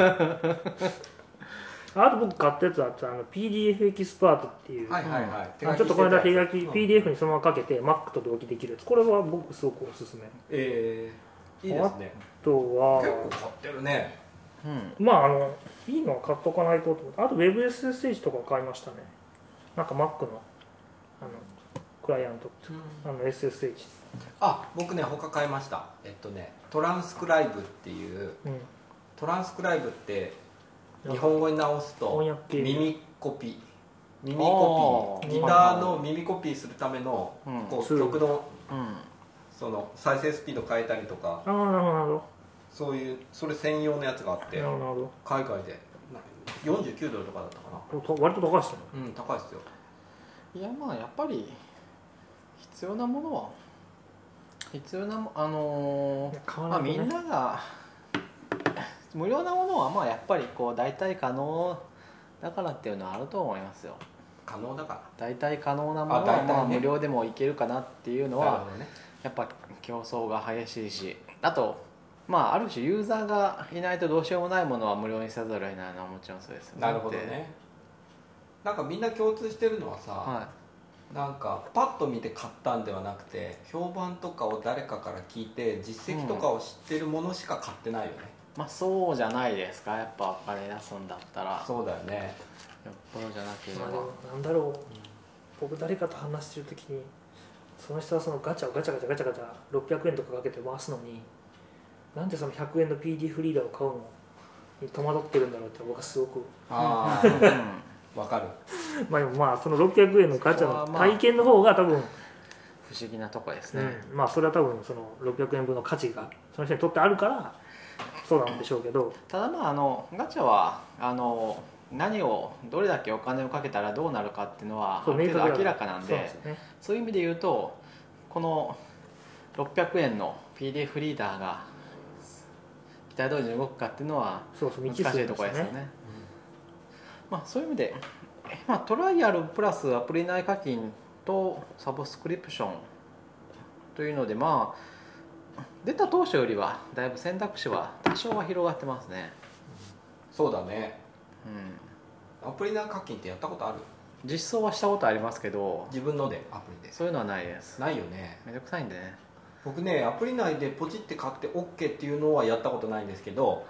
あと僕買ったやつはあの ピーディーエフ エキスパートっていう、 はいはいはい。 あのちょっとこの間手書き、 うんピーディーエフ にそのままかけて Mac と同期できるやつ、これは僕すごくおすすめ。 えー、いいですね。 あとは結構買ってるね。 うん、 まああのいいのは買っとかないとと思って、あと WebSSH とか買いましたね。なんか Mac のあのクライアント、あの エスエスエイチ、 あ僕ね他買いました。えっとねトランスクライブっていううん、 トランスクライブって日本語に直すと翻訳系耳コピー耳コピーあーギターの耳コピーするためのうんこうツール曲のうん、 その再生スピード変えたりとかああなるほどなるほそういうそれ専用のやつがあってどなるほどなる海外でなよんじゅうきゅうドルとかだったかな。 ほど割と高いですね。 うん高いですよ。 いやまあやっぱり必要なものは必要なもあのーまあ、 買わないとねみんなが無料なものはまあやっぱりこう代替可能だからっていうのはあると思いますよ。 可能だか代替可能なものはあ代替ねまあ無料でもいけるかなっていうのら。なるはほどね。 やっぱ競争が激しいし、あとまあある種ユーザーがいないとどうしようもないものは無料にせざるを得ないのはもちろんそうですよね。 なるほどね。なんかみんな共通してるのはさ、 はなんかパッと見て買ったんではなくて評判とかを誰かから聞いて実績とかを知ってるものしか買ってないよね。 い、まあそうじゃないですか。やっぱお金出すんだったらそうだよね。 よっぽどじゃなければ、 まあでもなんだろう、僕誰かと話してる時にその人はそのガチャをガチャガチャガチャガチャろっぴゃくえんとかかけて回すのになんでそのひゃくえんの ピーディー フリーダーを買うのに戸惑ってるんだろうって僕はすごくあうんあわかる。 まあでもまあそのろっぴゃくえんのガチャのそこはまあ体験の方が多分、 不思議なとこですね、 うん、まあそれは多分そのろっぴゃくえんぶんの価値がその人にとってあるからそうなんでしょうけど、 ただまああのガチャはあの何をどれだけお金をかけたらどうなるかっていうのはあそうる程度明確明らかなんで、 そうですよね。 そういう意味で言うとこのろっぴゃくえんの ピーディーエフ リーダーが期待通りに動くかっていうのはそうそう難しい未知数ところですよね。 ね。 まあ、そういう意味で、まあ、トライアルプラスアプリ内課金とサブスクリプションというので、まあ、出た当初よりはだいぶ選択肢は多少は広がってますね。 そうだね。 うん、 アプリ内課金ってやったことある？ 実装はしたことありますけど自分のでアプリで。 そういうのはないです。 ないよね。 めんどくさいんでね。 僕ねアプリ内でポチって買って OK っていうのはやったことないんですけど、 は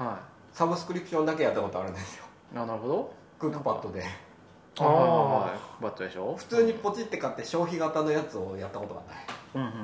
サブスクリプションだけやったことあるんですよ。 あ、なるほど。 クックパッドでああ、はい、バットでしょ。 普通にポチって買って消費型のやつをやったことがない。 うんうんうん、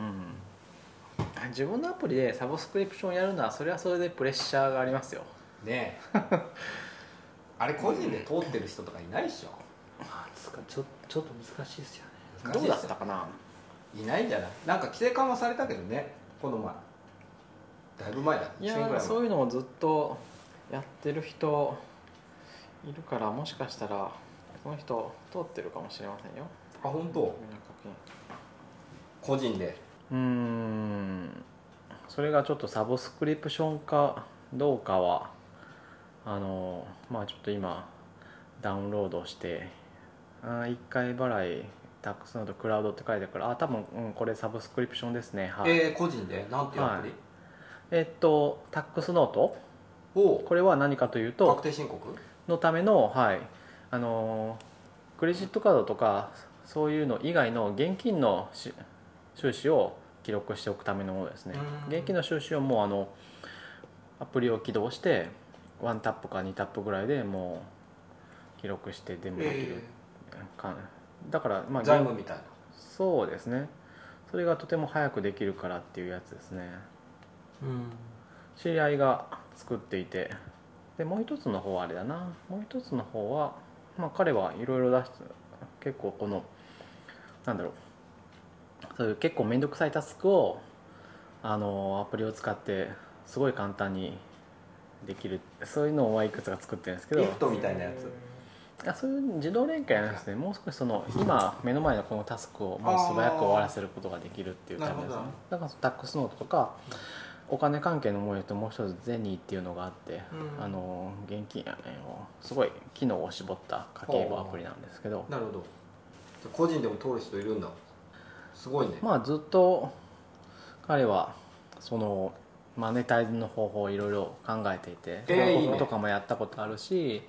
自分のアプリでサブスクリプションやるのはそれはそれでプレッシャーがありますよねえあれ個人で通ってる人とかいないでしょ。 あつかちょちょっと難しいですよね。 どうだったかな。 いないんじゃない。なんか規制緩和されたけどね、この前だいぶ前だ。 いやそういうのをずっとやってる人いるから、もしかしたらその人通ってるかもしれませんよ。 あ、本当。個人でうーん、それがちょっとサブスクリプションかどうかはあのまあちょっと今ダウンロードしてあいっかい払いタックスノートクラウドって書いてあるから、あ多分、うん、これサブスクリプションですね。はい、 えー、個人でなんていうアプリ、 はい、えっとタックスノート、 おこれは何かというと確定申告のための、はい、あのクレジットカードとかそういうの以外の現金の収支を記録しておくためのものですね。現金の収支をもうあのアプリを起動してワンタップかにタップぐらいでもう記録して全部できる、えー、だからまあ財務みたいな。 そうですね。それがとても早くできるからっていうやつですね。 うん、 知り合いが作っていて、でもう一つの方はあれだなもう一つの方は、まあ、彼はいろいろ出して結構このなんだろうそういう結構面倒くさいタスクをあのアプリを使ってすごい簡単にできる、そういうのをいくつか作ってるんですけど、 リフトみたいなやつ。 あそういう自動連携なんですね。もう少しその今目の前のこのタスクをもう素早く終わらせることができるっていうタイプですね。だからタックスノートとかお金関係のものともう一つゼニーっていうのがあって、うん、あの現金をすごい機能を絞った家計簿アプリなんですけど。 なるほど。個人でも通る人いるんだ。すごいね。 まあずっと彼はそのマネタイズの方法をいろいろ考えていて、 えー、 広告とかもやったことあるし、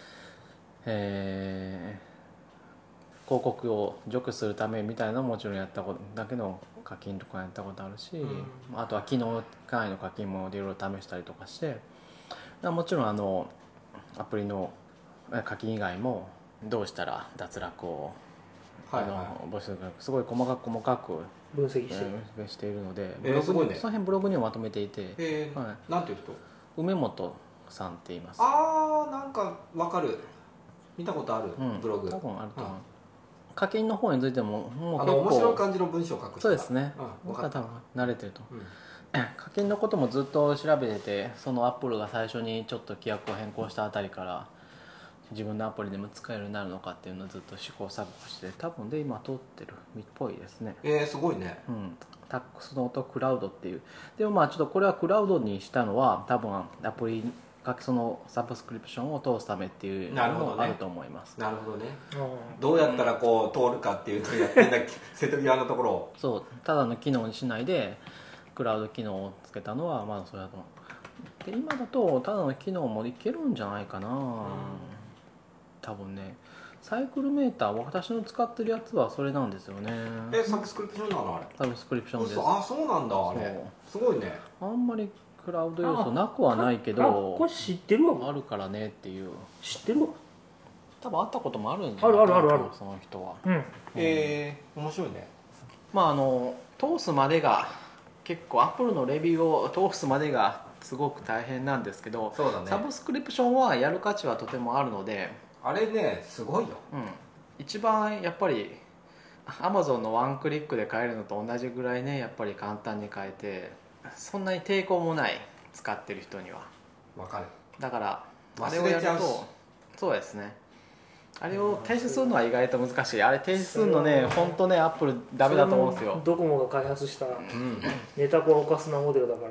えー、広告を除去するためみたいなのももちろんやったことだけの課金とかやったことあるし、うん、あとは機能単位の課金もいろいろ試したりとかして、もちろんあのアプリの課金以外もどうしたら脱落をはいはい、あのすごい細かく細かく分析してるしているので、 えー、 ブログに、ね、その辺ブログにもまとめていて、 えーはい、なんていう人？ 梅本さんって言います。 ああ、なんかわかる。見たことある、うん、ブログ。 多分あると思う。うん、課金の方についてももう結構面白い感じの文章を書く。 そうですね。僕は多分慣れてると。うん、課金のこともずっと調べてて、そのアップルが最初にちょっと規約を変更したあたりから。自分のアプリでも使えるようになるのかっていうのをずっと試行錯誤して多分で今通ってるっぽいですね。 えー、すごいね。 うん、タックスノートクラウドっていう。でもまあちょっとこれはクラウドにしたのは多分アプリがそのサブスクリプションを通すためっていうのもあると思います。 なるほどね。どうやったらこう通るかっていうのをやってんだっけ瀬戸際のところを。 そうただの機能にしないでクラウド機能をつけたのはまあそれだと思う。で今だとただの機能もいけるんじゃないかな。うん多分ね、サイクルメーター私の使ってるやつはそれなんですよね。 え、サブスクリプションなのあれ？ サブスクリプションです。 あ、そうなんだあれ。すごいね。 あんまりクラウド要素なくはないけど、 これ知ってるわ。 あるからねっていう。 知ってるわ。 多分会ったこともあるんじゃないかな。 あるあるあるある。 その人は。 うん。 えー、面白いね。 まああの通すまでが結構アップルのレビューを通すまでがすごく大変なんですけど、 そうだね。 サブスクリプションはやる価値はとてもあるので。 あれねすごいよ、 うん、一番やっぱり Amazon のワンクリックで買えるのと同じぐらいねやっぱり簡単に買えてそんなに抵抗もない使ってる人にはわかる。 だからあれをやるとそうですねあれを停止するのは意外と難しい。あれ停止するのね本当ねアップルダメだと思うんですよ。 ドコモが開発したネタコロカスなモデルだから、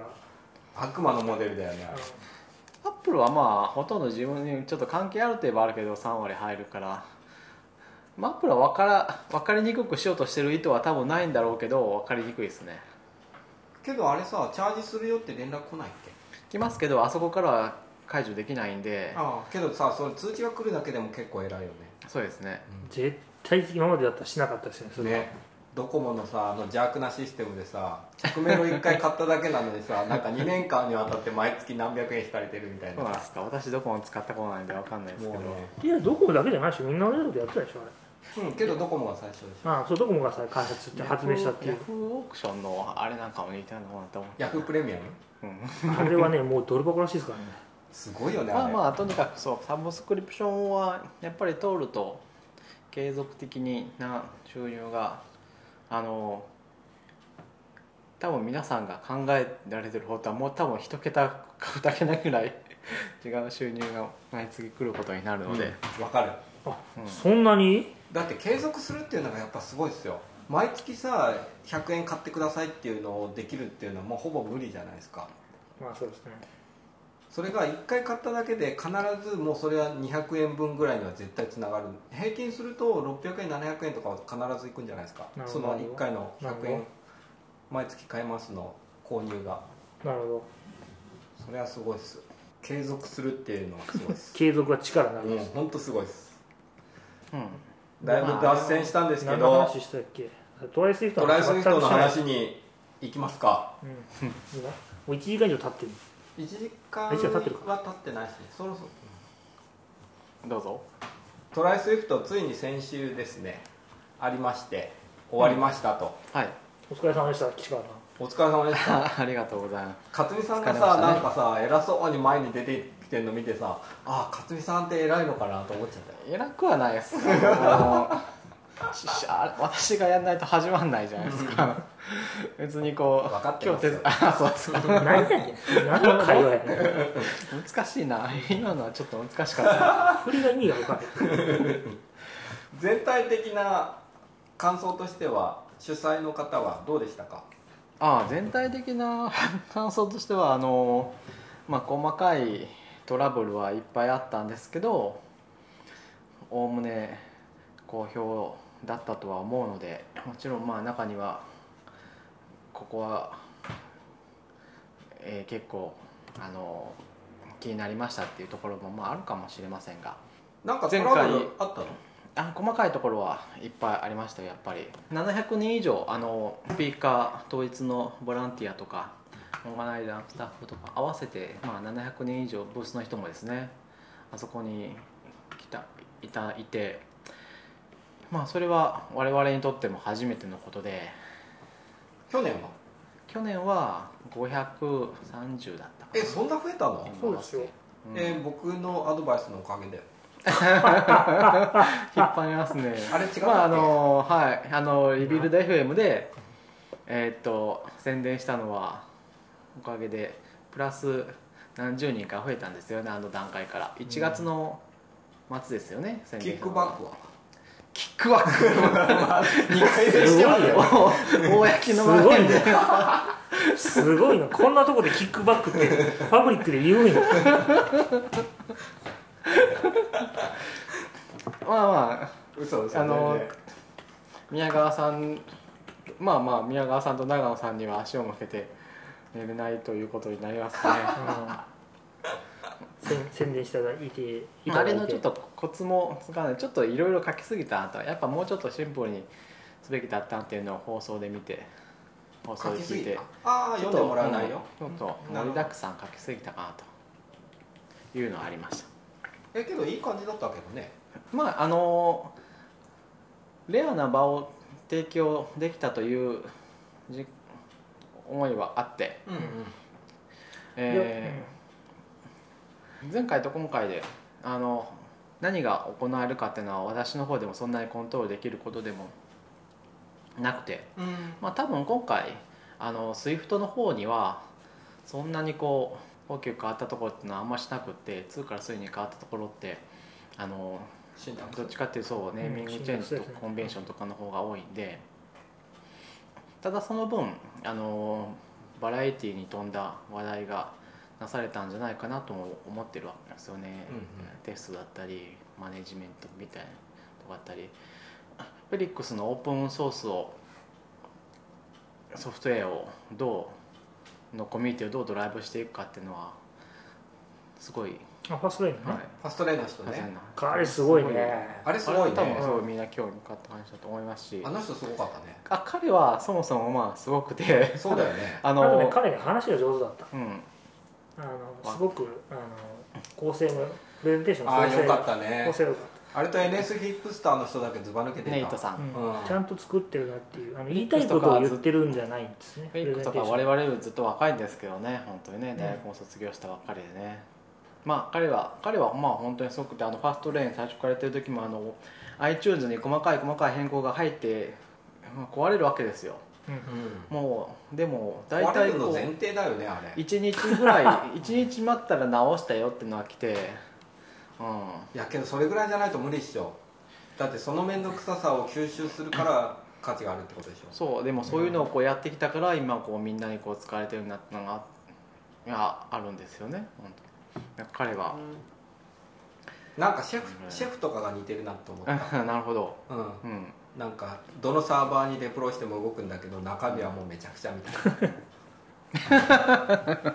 うん、悪魔のモデルだよね。 アップルはまあほとんど自分にちょっと関係あるといえばあるけどさん割入るから、まあ、アップルは分から分かりにくくしようとしてる意図は多分ないんだろうけど分かりにくいですね。 けどあれさチャージするよって連絡来ないっけ？ 来ますけどあそこからは解除できないんで。 ああけどさそれ通知が来るだけでも結構偉いよね。 そうですね、 うん、絶対今までだったらしなかったですねそれね。 ドコモのさあの邪悪なシステムでさ着メロいっかい買っただけなのにさなんかにねんかんにわたって毎月何百円引かれてるみたいな。 そうなんですか。私ドコモ使ったことないんで分かんないですけど、 もうねいやドコモだけじゃないしみんな同じことやってたでしょあれ。 うんけどドコモが最初でしょ。 ああそうドコモがさ開発して発明したっていうヤフーオークションのあれなんかも似たようなものだと思う。 ヤフープレミアムうん、 あれはねもうドル箱らしいですからね。 すごいよねあれ。 まあまあとにかくそうサブスクリプションはやっぱり通ると継続的にな収入があの多分皆さんが考えられてる方とはもう多分一桁か二桁ぐらい違う収入が毎月来ることになるので、 わ、かる。 あ、 うんそんなにだって継続するっていうのがやっぱすごいですよ。毎月さひゃくえん買ってくださいっていうのをできるっていうのはもうほぼ無理じゃないですか。 まあそうですね。 それがいっかい買っただけで必ずもうそれはにひゃくえんぶんぐらいには絶対つながる。平均するとろっぴゃくえんななひゃくえんとかは必ずいくんじゃないですか。 なるほどそのいっかいのひゃくえんなるほ毎月買えますの購入が。 なるほど。 それはすごいです。継続するっていうのはすごいです継続は力になるうん本当すごいです。 うん、 だいぶ脱線したんですけ何のど、 話したっけ。トライスイフトトライスイフトの全くしてない。 話に行きますか。 うん、今もういちじかん以上経ってる。 いちじかんあいちじかん経ってるは経ってないし、そろそろどうぞ。 トライスイフトついに先週ですねありまして終わりましたと、 はいお疲れ様でした岸川さん。 お疲れ様でしたありがとうございます。 勝美さんがさ、 疲れましたねなんかさ偉そうに前に出てきてるの見てさあ勝美さんって偉いのかなと思っちゃったよ。 偉くはないですあのししあ私がやんないと始まんないじゃないですか別にこう分かって今日ますよ手あそうですか何やねん。何の会話やねん。 難しいな今のはちょっと難しかった振りが意味が分かる。 全体的な感想としては主催の方はどうでしたか。 あ全体的な感想としてはあの、まあ、細かいトラブルはいっぱいあったんですけどおおむね好評だったとは思うのでもちろんまあ中にはここは、えー、結構あの気になりましたっていうところもまああるかもしれませんがなんかトラブルあったの。 あ細かいところはいっぱいありましたよやっぱりななひゃくにん以上あのスピーカー統一のボランティアとかオーガナイザースタッフとか合わせて、まあ、ななひゃくにん以上ブースの人もですねあそこに来たいたいてまあそれは我々にとっても初めてのことで去年は去年はごひゃくさんじゅうだったかなえそんな増えたの。 そうですよ。 うんえー僕のアドバイスのおかげで引っ張りますねあれ違ったっけ。 まああのはいあのリビルド エフエム でえーっと宣伝したのはおかげでプラス何十人か増えたんですよねあの段階からいちがつの末ですよね、宣キッ伝したのクバックはキックバックにかいめしてますよ。 公の場面ですごいな。こんなとこでキックバックってパブリックで言うんや。 まあまあ嘘嘘あの全然宮川さんまあまあ宮川さんと長野さんには足を向けて寝れないということになりますね宣宣伝していただいていたあだいてれのちょっとコツもつかないちょっといろいろ書きすぎたなとやっぱもうちょっとシンプルにすべきだったっていうのを放送で見て放送書で聞いてきすぎた。ああ読んでもらわないよ。 ちょっと盛りだくさん書きすぎたかなというのはありましたえけどいい感じだったけどね。 まああのレアな場を提供できたというじ思いはあって、 うんうんえー前回と今回であの何が行われるかっていうのは私の方でもそんなにコントロールできることでもなくて、 うんまあ、多分今回あの スイフト の方にはそんなにこう大きく変わったところっていうのはあんましなくってにからスリーに変わったところってあの診断どっちかっていうとそうネーミングチェンジとコンベンションとかの方が多いんでただその分あのバラエティに富んだ話題がなされたんじゃないかなとも思ってるわけなんですよね、 うんうんテストだったりマネジメントみたいなとかあったりフェリックスのオープンソースをソフトウェアをどうのコミュニティをどうドライブしていくかっていうのはすごい、 あファーストレインね、 はい、 ファストレーンの人ね。 あれすごいね。 あれすごいね。 多分すごいみんな興味向かった話だと思いますし、 あの人すごかったね。 あ彼はそもそもまあすごくてそうだよね。 ああとねの彼が話が上手だった。 うんあのすごくあの構成もプレゼンテーションのああよか構成がったね構。成が良かっあれと エヌエス ヒップスターの人だけズバ抜けてた。 ネイトさん、 た、 うんちゃんと作ってるなっていう、あの言いたいことを言ってるんじゃないんですね。 フェイクとかプレゼンテーション我々よりずっと若いんですけどね、本当にね、大学も卒業したばっかりでね、まあ彼は彼はまあ本当にすごくて、あのファーストレーン最初からやってる時もあの iTunes に細かい細かい変更が入って、まあ、壊れるわけですよ。 うんもうでも大壊れ体こうるの前提だよねあれ。 いちにちぐらいいちにち待ったら直したよっていうのが来て、うん、 いやけどそれぐらいじゃないと無理っしょ。だってその面倒くささを吸収するから価値があるってことでしょ。 そうでもそういうのをこうやってきたから今こうみんなにこう使われてるなってのがいやあるんですよね本当に。彼は、 なんかシェフシェフとかが似てるなと思った。 なるほど、 うん。 うんなんかどのサーバーにデプロイしても動くんだけど中身はもうめちゃくちゃみたいな。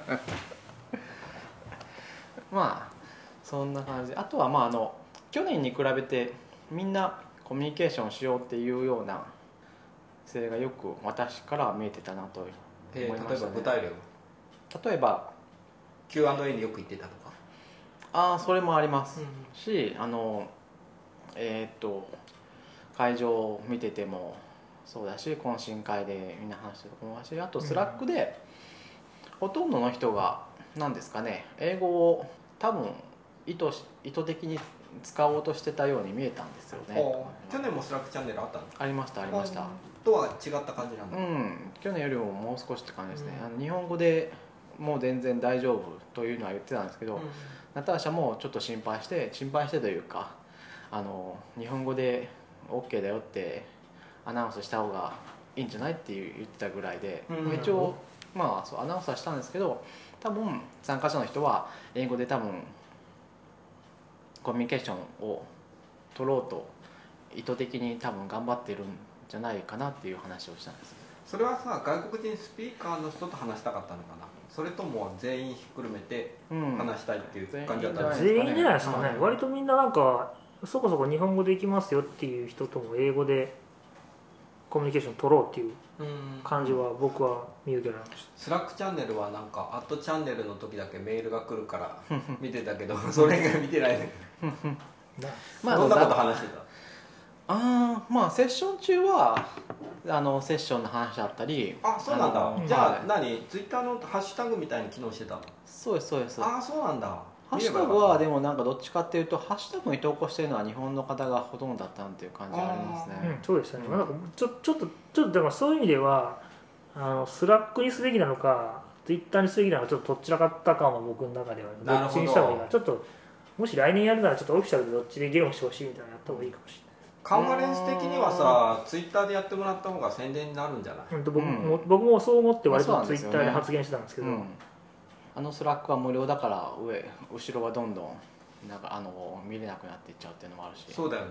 まあそんな感じ。あとはまああの去年に比べてみんなコミュニケーションしようっていうような姿勢がよく私からは見えてたなと思えー、 いま例えしたね。 ば具体例を例えばキューアンドエー によく行ってたとか。 ああそれもありますし、あのえーっと会場を見ててもそうだし懇親会でみんな話してると思うし、あとスラックでほとんどの人が何ですかね英語を多分意図し意図的に使おうとしてたように見えたんですよね。 去年もスラックチャンネルあったの？ ありましたありました。 とは違った感じなんだ。 うん去年よりももう少しって感じですね、 うんあの日本語でもう全然大丈夫というのは言ってたんですけど、 うんナターシャもちょっと心配して心配してというかあの日本語で OK だよってアナウンスした方がいいんじゃないって言ってたぐらいで、 うん一応まあそうアナウンスはしたんですけど、多分参加者の人は英語で多分コミュニケーションを取ろうと意図的に多分頑張ってるんじゃないかなっていう話をしたんです。 それはさ外国人スピーカーの人と話したかったのかな、それとも全員ひっくるめて話したいっていう感じだったんですか？ 全員じゃないですかね、 はい割とみんななんかそこそこ日本語できますよっていう人とも英語でコミュニケーション取ろうっていう感じは僕は見受けられました。 スラックチャンネルはなんかアットチャンネルの時だけメールが来るから見てたけどそれ以外見てないね。 まあどんなこと話してた？ あーまあセッション中はあのセッションの話だったり。 あ、そうなんだ。 のじゃあ、 はい何ツイッターのハッシュタグみたいに機能してたの？ そうですそうです。 ああ、そうなんだ。 ハッシュタグはでももなんかどっちかっていうとハッシュタグに投稿してるのは日本の方がほとんどだったっていう感じがありますね。 うん、そうでしたね、 うんなんかちょちょっとちょっとだからそういう意味ではあのスラックにすべきなのかツイッターにすべきなのかちょっとどっちらかった感は僕の中ではなるほどどっちにした方がいいかな、ちょっともし来年やるならちょっとオフィシャルでどっちで議論してほしいみたいなのやった方がいいかもしカンファレンス的にはさ、ツイッターでやってもらった方が宣伝になるんじゃない？ れない、うん、僕も、 うん僕もそう思って割まあとツイそうなんですよねッターで発言してたんですけど、 うん、あのスラックは無料だから上後ろはどんどんなんかあの見れなくなっていっちゃうっていうのもあるし。 そうだよね。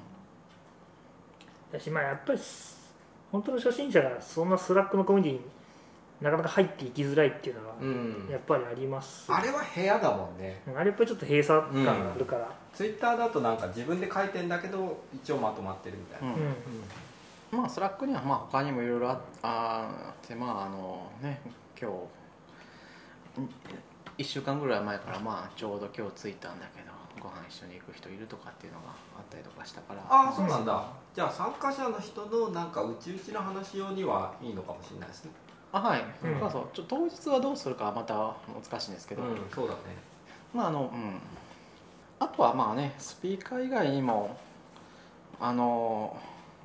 だしまあやっぱり本当の初心者がそんなスラックのコミュニティになかなか入っていきづらいっていうのはうんやっぱりあります、 あれは部屋だもんね。 あれやっぱりちょっと閉鎖感があるから、 ツイッターだとなんか自分で書いてんだけど一応まとまってるみたいな。 うんうんまあスラックにはまあ他にもいろいろああってまああのね今日いっしゅうかんぐらい前からまあちょうど今日着いたんだけどご飯一緒に行く人いるとかっていうのがあったりとかしたから。 ああ、そうなんだ。じゃあ参加者の人のなんかうちうちの話用にはいいのかもしれないですね。 あはい、 うんそうそうちょ当日はどうするかはまた難しいんですけど、 うん、そうだね。 まああのうんあとはまあねスピーカー以外にもあの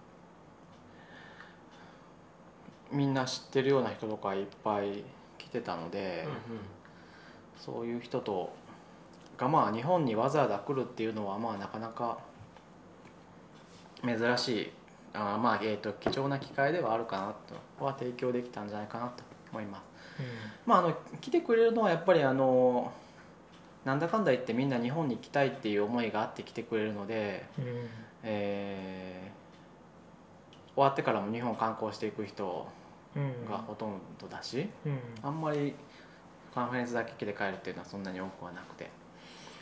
みんな知ってるような人とかいっぱい来てたので、そういう人とがまあ日本にわざわざ来るっていうのはまあなかなか珍しいあまあえーと貴重な機会ではあるかなとは提供できたんじゃないかなと思います。まああの来てくれるのはやっぱりあのなんだかんだ言ってみんな日本に来たいっていう思いがあって来てくれるので、 うんえー終わってからも日本観光していく人うんがほとんどだし、 うんあんまりカンファレンスだけ来て帰るっていうのはそんなに多くはなくて。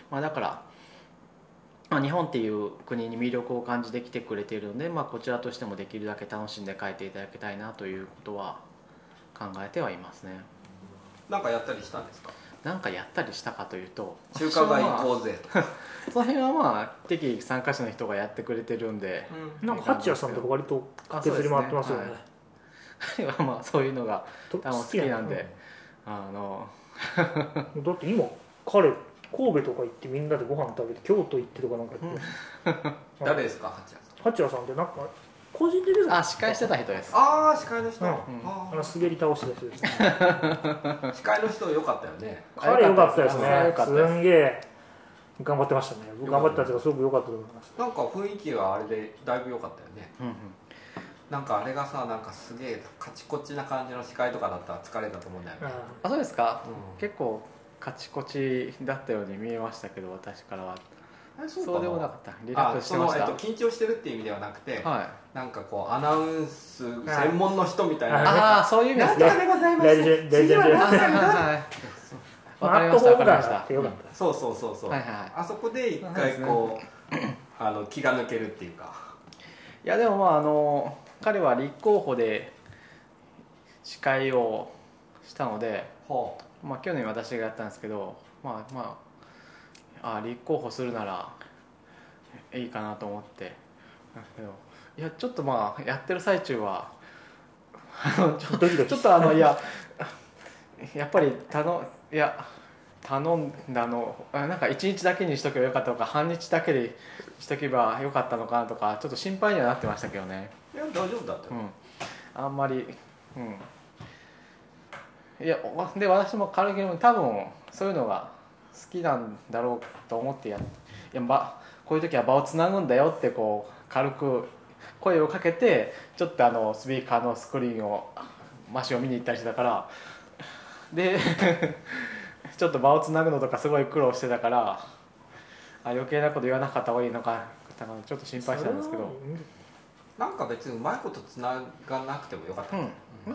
まあ、だから、まあ、日本っていう国に魅力を感じてきてくれているので、まあ、こちらとしてもできるだけ楽しんで帰っていただきたいなということは考えてはいますね。 なんかやったりしたんですか？ なんかやったりしたかというと、 中華街行こうぜとかその辺はまあ適宜参加者の人がやってくれてるんで、 うん、なんか八谷さんとか割と駆けずり回ってますよね。 彼はまあそういうのが多分好きなんで、 うん、 あのだって今彼神戸とか行ってみんなでご飯食べて京都行ってとかなんか言って、 うん、誰ですか？八谷さん。 八谷さんってなんか個人で出るんですか？ あ、司会してた人です。 ああ、司会の人、うん、 あの滑り倒した人ですね司会の人良かったよね。 彼良かったですね。すんげえ頑張ってましたね。頑張ったっていうかすごく良かったと思います。 なんか雰囲気があれでだいぶ良かったよね、 うんうん、 なんかあれがさ、なんかすげえカチコチな感じの司会とかだったら疲れたと思うんだよね。 あ、そうですか、うん、結構カチコチだったように見えましたけど、私からはそう, そうでもなかった。リラックスしてました。 その、えっと、緊張してるっていう意味ではなくて、 はい、 なんかこうアナウンス専門の人みたいな、 ああ、そういう意味ですね。 なんとかでございます次は何回何回わかりました、わかりました。 そうそうそうそう、はいはい、あそこで一回こう、ね、あの気が抜けるっていうか。 いやでもまああの彼は立候補で司会をしたので、ほう、まあ去年私がやったんですけど、まあまああ立候補するならいいかなと思ってだけど、いやちょっとまあやってる最中はちょちょっとあのいややっぱり頼いや頼んだのなんかいちにちだけにしとけばよかったのか、半日だけでしとけばよかったのかなとかちょっと心配にはなってましたけどね。 いや大丈夫だったよ、 うん、あんまり、うん、いやで私も軽く多分そういうのが好きなんだろうと思ってやっいや、ばこういう時は場をつなぐんだよってこう軽く声をかけて、ちょっとあのスピーカーのスクリーンを真正見に行ったりしてたからでちょっと場をつなぐのとかすごい苦労してたから、あ余計なこと言わなかった方がいいのかちょっと心配したんですけど、 なんか別にうまいことつながなくてもよかった、 うん、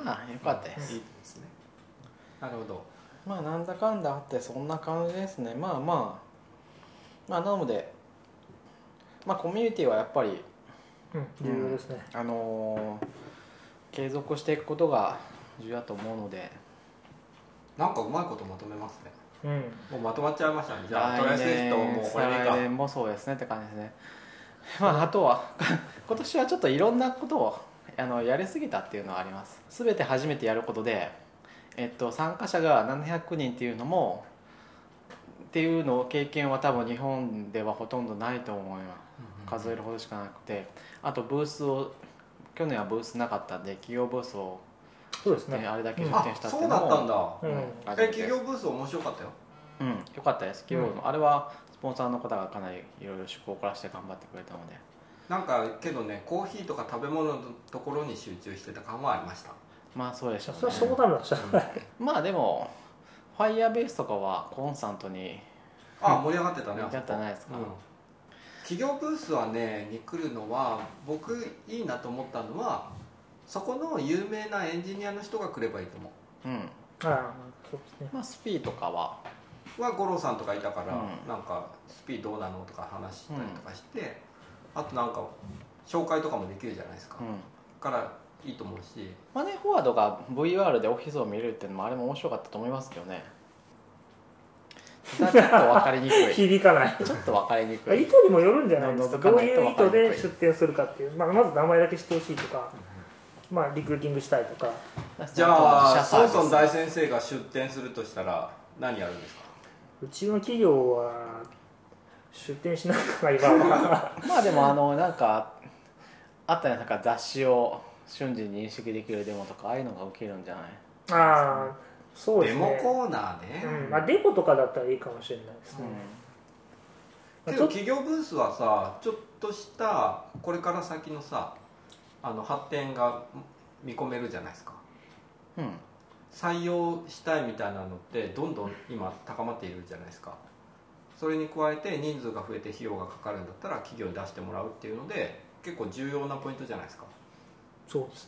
まあよかったです、 いいですね。なるほど。 まあなんだかんだあってそんな感じですね。まあまあまあなので、まあコミュニティはやっぱり、 うん、重要ですね、 うん、あのー、継続していくことが重要だと思うので、 なんかうまいことまとめますね。 うん、 もうまとまっちゃいましたね。じゃあトライアスレットもうこれでいいか。 来年もそうですねって感じですね。まああとは今年はちょっといろんなことをあのやりすぎたっていうのはあります。全て初めてやることで、えっと、参加者がななひゃくにんっていうのもっていうの経験は多分日本ではほとんどないと思います。数えるほどしかなくて、あとブースを去年はブースなかったんで企業ブースをそうですね、 あれだけ出店したっていうのも、そうだったんだ、 うん、 え企業ブース面白かったよ。 うん、よかったです。企業の、うん、あれはスポンサーの方がかなりいろいろ趣向を凝らして頑張ってくれたので、 なんかけどね、コーヒーとか食べ物のところに集中してた感はありました。 まあそうでしょうね。 それはそうなんでした、 うん、まあでもファイヤーベースとかはコンスタントにあ盛り上がってたね。 盛り上がってないですか、うん、 企業ブースはねに来るのは僕いいなと思ったのは、そこの有名なエンジニアの人が来ればいいと思う。うん。 ああ、そうですね。 まあスピーとかはは五郎さんとかいたから、 うん、 なんかスピーどうなのとか話したりとかして、うん、あとなんか紹介とかもできるじゃないですか、うん、からいいと思うし、 マネーフォワードが ブイアール でオフィスを見れるっていうのもあれも面白かったと思いますけどね。ちょっと分かりにくい響かない。 ちょっと分かりにくい。 意図にもよるんじゃないですか。どういう意図で出店するかっていう、まあ、まず名前だけ知ってほしいとか、まあ、リクルーティングしたいとか。 じゃあソンソン大先生が出店するとしたら何やるんですか？ うちの企業は出店しない方がいいわまあでもあのなんかあったらなんか雑誌を瞬時に認識できるデモとかああいうのが受けるんじゃない？ ああ、そうですね。 デモコーナーね、 うん、まあ、デモとかだったらいいかもしれないですね、 うん、けど企業ブースはさ、ちょっとしたこれから先のさあの発展が見込めるじゃないですか、うん、採用したいみたいなのってどんどん今高まっているじゃないですか。それに加えて人数が増えて費用がかかるんだったら企業に出してもらうっていうので結構重要なポイントじゃないですか。 そうですね。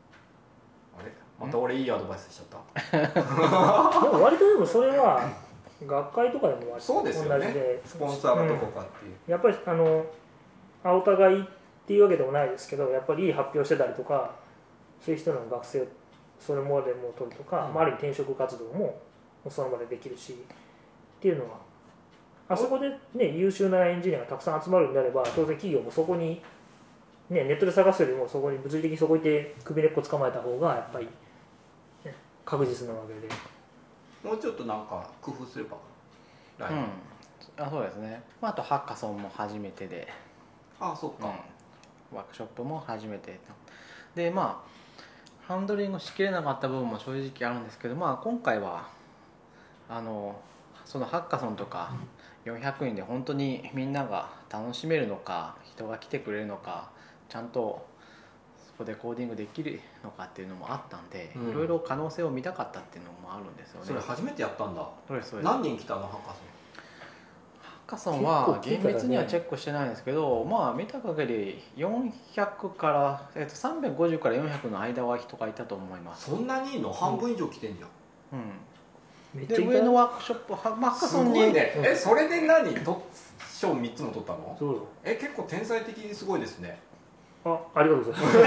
あれまた俺いいアドバイスしちゃったでも割とでもそれは学会とかでもそうですよね同じでスポンサーがどこかっていう、 うん、やっぱりあのあお互いっていうわけでもないですけど、やっぱりいい発表してたりとか、そういう人の学生それまでも取るとか、うん、まあ、ある意味転職活動もその場でできるしっていうのは、あそこで、ね、優秀なエンジニアがたくさん集まるんであれば、当然企業もそこに、ね、ネットで探すよりもそこに物理的にそこにいて首根っこ捕まえた方がやっぱり、ね、確実なわけで。 もうちょっとなんか工夫すれば、 うん、あそうですね、あとハッカソンも初めてで、 ああそうか、 うん、ワークショップも初めてで、まあハンドリングしきれなかった部分も正直あるんですけど、まあ、今回はあのそのハッカソンとかよんひゃくにんで本当にみんなが楽しめるのか、人が来てくれるのか、ちゃんとそこでコーディングできるのかっていうのもあったんで、いろいろ可能性を見たかったっていうのもあるんですよね。 それ初めてやったんだ。 そうですそうです。 何人来たのハッカソン？ ハッカソンは厳密にはチェックしてないんですけど、まあ見た限りよんひゃくから、えっと、さんびゃくごじゅうからよんひゃくの間は人がいたと思います。 そんなにいいの？半分以上来てんじゃん。 うん、で上のワークショップハッカソンに、 すごいね、えそれで何と賞みっつも取ったの？ そうえ結構天才的にすごいですね。 あ、ありがとうございます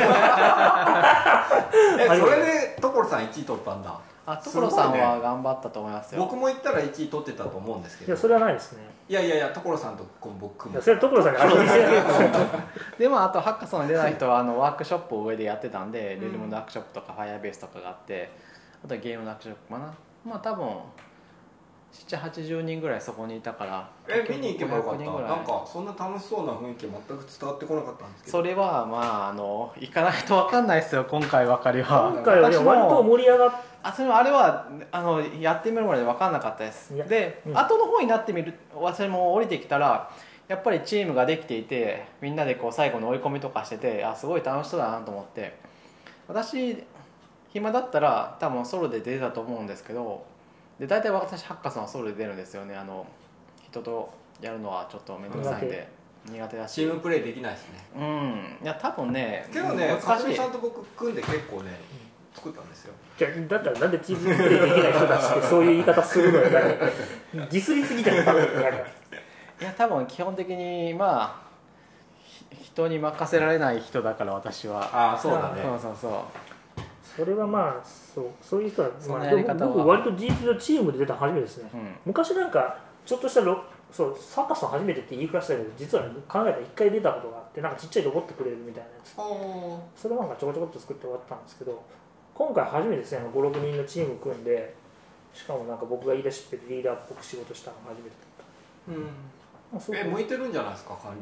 えそれで所さんいちい取ったんだ。 あ、所さんは頑張ったと思いますよ。 僕も行ったらいちい取ってたと思うんですけど。 いやそれはないですね。 いやいやいや所さんと僕も。いやそれは所さんにあるんですよ。 でもあとハッカソンに出ない人はあのワークショップを上でやってたんで、うん、レルムのワークショップとかファイアベースとかがあって、あとはゲームのワークショップかな。まあ多分ななじゅうはちじゅうにんぐらいそこにいたから、 え見に行けばよかった。なんかそんな楽しそうな雰囲気全く伝わってこなかったんですけど。 それはまああの行かないと分かんないですよ、今回ばかりは。 今回は、ね、割と盛り上がっあそれあれはあのやってみるまで分かんなかったです。で、うん、後の方になってみる、私も降りてきたらやっぱりチームができていて、みんなでこう最後の追い込みとかしてて、あすごい楽しそうだなと思って、私暇だったら多分ソロで出たと思うんですけど、で大体私ハッカソンはソロで出るんですよね。あの人とやるのはちょっと面倒くさいんで苦手だし、 チームプレーできないしね。 うん、いや多分ねけどね、かすみさんと僕組んで結構ね、うん、作ったんですよ。 じゃだったらなんでチームプレーできない人たちってそういう言い方するのよ。ディスりすぎじゃん。いや多分基本的にまあ人に任せられない人だから私は。 ああそうだね。 そうそうそう。 それはまあそうそういう人は、 そんなやり方は、 僕割と ジーピー のチームで出たの初めてですね、うん、昔なんかちょっとしたロそうサッカスの初めてって言いふらしたけど、実は考えたらいっかい出たことがあって、なんかちっちゃいロボットくれるみたいなやつ、それなんかちょこちょこっと作って終わったんですけど、今回初めてですね、ごろくにんのチーム組んで、しかもなんか僕が言い出しっぺでリーダーっぽく仕事したのが初めてだった。うん、 え向いてるんじゃないですか管理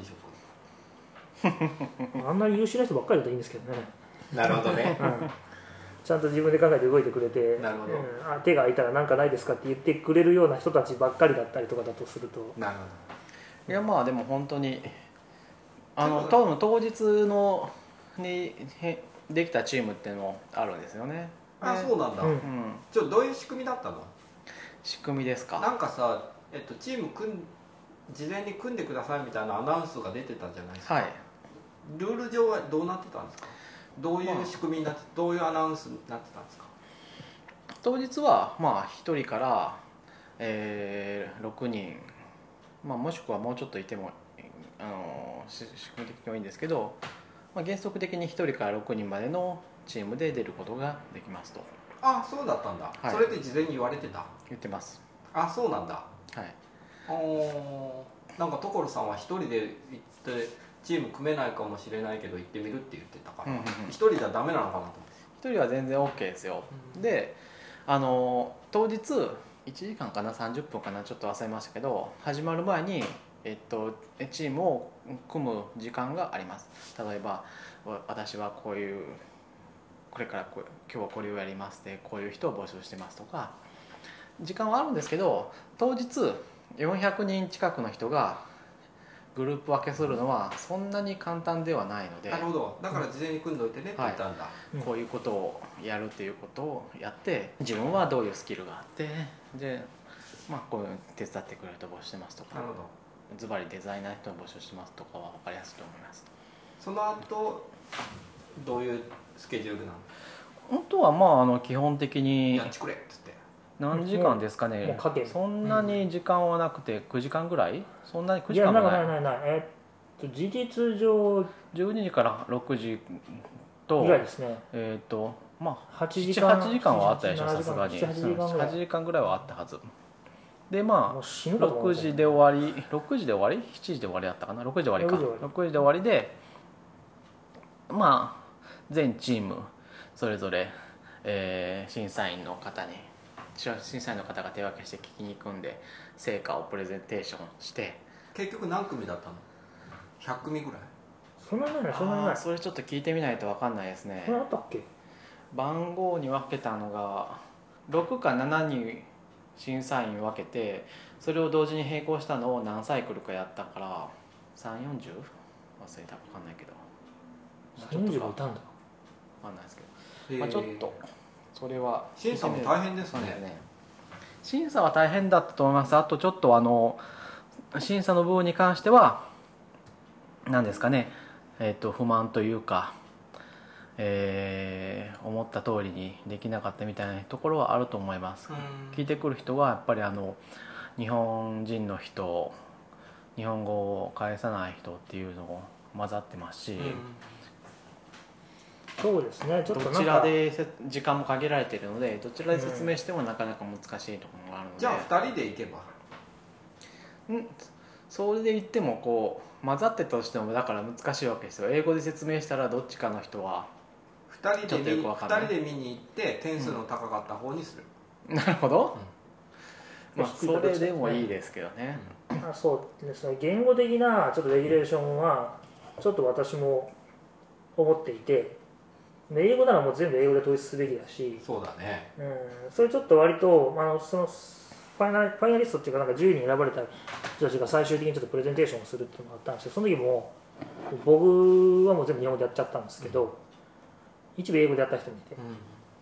職。 あんなに優秀な人ばっかりだといいんですけどね。 なるほどね、うん、 ちゃんと自分で考えて動いてくれて、 なるほど、うん、 あ手が空いたら何かないですかって言ってくれるような人たちばっかりだったりとかだとすると、 なるほど。いやまあでも本当にあの多分当日のにできたチームっていうのもあるんですよね。 あ、そうなんだ、うん、ちょどういう仕組みだったの？ 仕組みですか。 なんかさ、えっと、チーム組ん事前に組んでくださいみたいなアナウンスが出てたじゃないですか、はい、ルール上はどうなってたんですか？どういう仕組みになって、まあ、どういうアナウンスになってたんですか？ 当日はまあひとりから、えー、ろくにん、まあ、もしくはもうちょっといてもあの仕組み的にはいいんですけど、まあ、原則的にひとりからろくにんまでのチームで出ることができますと。 あ、そうだったんだ、はい、それって事前に言われてた？ 言ってます。 あ、そうなんだ。 はい。 おなんか所さんはひとりで行ってチーム組めないかもしれないけど行ってみるって言ってたからひとりじゃダメなのかなと思って。 ひとりは全然 OK ですよ、うん、であの当日いちじかんかなさんじゅっぷんかなちょっと忘れましたけど、始まる前に、えっと、チームを組む時間があります。例えば私はこういうこれからこう今日はこれをやりますでこういう人を募集してますとか時間はあるんですけど、当日よんひゃくにん近くの人がグループ分けするのはそんなに簡単ではないので。 なるほど、だから事前に組んどいてねって言ったんだ、はい、こういうことをやるっていうことをやって自分はどういうスキルがあってで、まあ、こういう手伝ってくれる人募集してますとか、 なるほど、 ズバリデザイナーの人を募集してますとかは分かりやすいと思います。 その後どういうスケジュールなの？ 本当はまああの基本的にやってくれっつって何時間ですかね。 もうかけそんなに時間はなくてくじかんぐらい、そんなに9 いや時間もないなんかないないないえっと事実上じゅうにじからろくじとぐらいですね。 えっ、とまあはちじかんななはちじかんはあったでしょ、さすがにななじかんはちじかんぐらいはちじかんぐらいはあったはずで、まもうあ死ぬかと思いま 6 したね時で終わりろくじで終わりしちじで終わりだったかな、ろくじで終わりか、 ろくじで終わりろくじで終わりで、まあ全チームそれぞれ、えー審査員の方に審査員の方が手分けして聞きに行くんで、成果をプレゼンテーションして。 結局何組だったの？ひゃく組ぐらい？ そんなにないそんなにないあーそれちょっと聞いてみないと分かんないですね。 それあったっけ？ 番号に分けたのがろくかななに審査員分けて、それを同時に並行したのを何サイクルかやったからさんじゅうよんじゅう忘れた、分かんないけどさんじゅうよんじゅうもいたんだ。 分かんないですけど、まあ、ちょっとそれは審査も大変ですね。 そうですね、審査は大変だったと思います。あとちょっとあの審査の部分に関しては何ですかね、えー、と不満というか、えー思った通りにできなかったみたいなところはあると思います。聞いてくる人はやっぱりあの日本人の人、日本語を返さない人っていうのを混ざってますし、 うんそうですねちょっとなんかどちらでせ時間も限られているので、どちらで説明してもなかなか難しいところがあるので、 じゃあふたりで行けばうんそれで言ってもこう混ざってたとしてもだから難しいわけですよ。英語で説明したらどっちかの人はふたりちょっとよで見くわかんないふたりで見に行って点数の高かった方にする、 なるほど、 うんまあそれでもいいですけどね、 あそうですね言語的なちょっとレギュレーションはちょっと私も思っていて、英語ならもう全部英語で統一すべきだし、 そうだね。 うん、それちょっと割とあのそのファイナルファイナリストっていうかなんかじゅうにん選ばれた人たちが最終的にちょっとプレゼンテーションをするっていうのがあったんですけど、その時も僕はもう全部日本語でやっちゃったんですけど、うん、一部英語でやった人もいて、うん、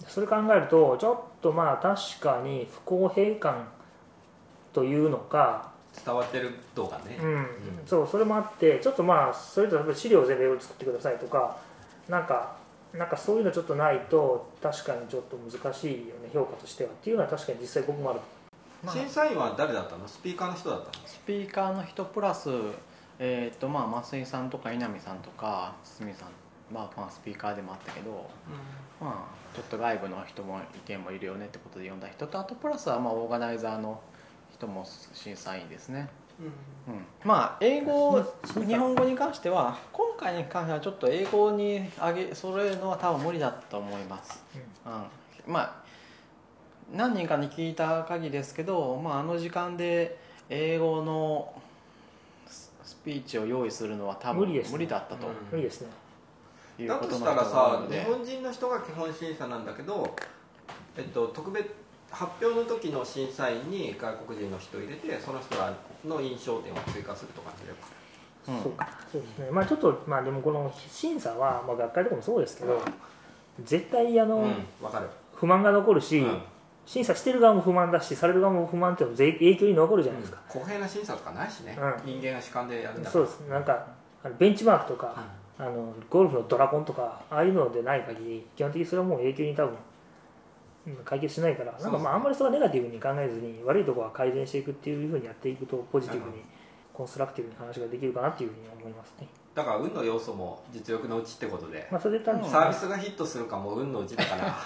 それ考えるとちょっとまあ確かに不公平感というのか伝わってる動画ね、 うんうん、そうそれもあってちょっとまあそれと資料を全部英語で作ってくださいとかなんかなんかそういうのちょっとないと確かにちょっと難しいよね評価としてはっていうのは確かに実際僕もある。 審査員は誰だったの？スピーカーの人だったの？ スピーカーの人プラス、えーとまあ、増井さんとか稲見さんとか堤さん、まあ、まあスピーカーでもあったけど、うんまあ、ちょっと外部の人も意見もいるよねってことで呼んだ人と、あとプラスはまあオーガナイザーの人も審査員ですね、うんうん、まあ英語日本語に関しては今回に関してはちょっと英語に上げ揃えるのは多分無理だと思います、うんうん、まあ何人かに聞いた限りですけど、まあ、あの時間で英語のスピーチを用意するのは多分無理ですね、 無理だったと、 うん、無理ですね。 いうだこととしたらさ、 ので日本人の人が基本審査なんだけど、えっと、特別発表の時の審査員に外国人の人を入れてその人らの印象点を追加するとかっていうか、 うん、そうかそうですね。まあちょっとまあでもこの審査は、まあ、学会とかもそうですけど絶対あの、 うん、分かる不満が残るし、 うん、 審査してる側も不満だしされる側も不満っていうのも影響に残るじゃないですか、 うん、公平な審査とかないしね、うん、人間が主観でやるんだから。 そうですなんかあのベンチマークとか、うん、あのゴルフのドラコンとかああいうのでない限り基本的にそれはもう永久に多分解決しないから、なんかまああんまりそれはネガティブに考えずに悪いところは改善していくっていうふうにやっていくとポジティブにコンストラクティブに話ができるかなっていうふうに思いますね。 だから運の要素も実力のうちってことで、 まあ、それで単にサービスがヒットするかも運のうちだから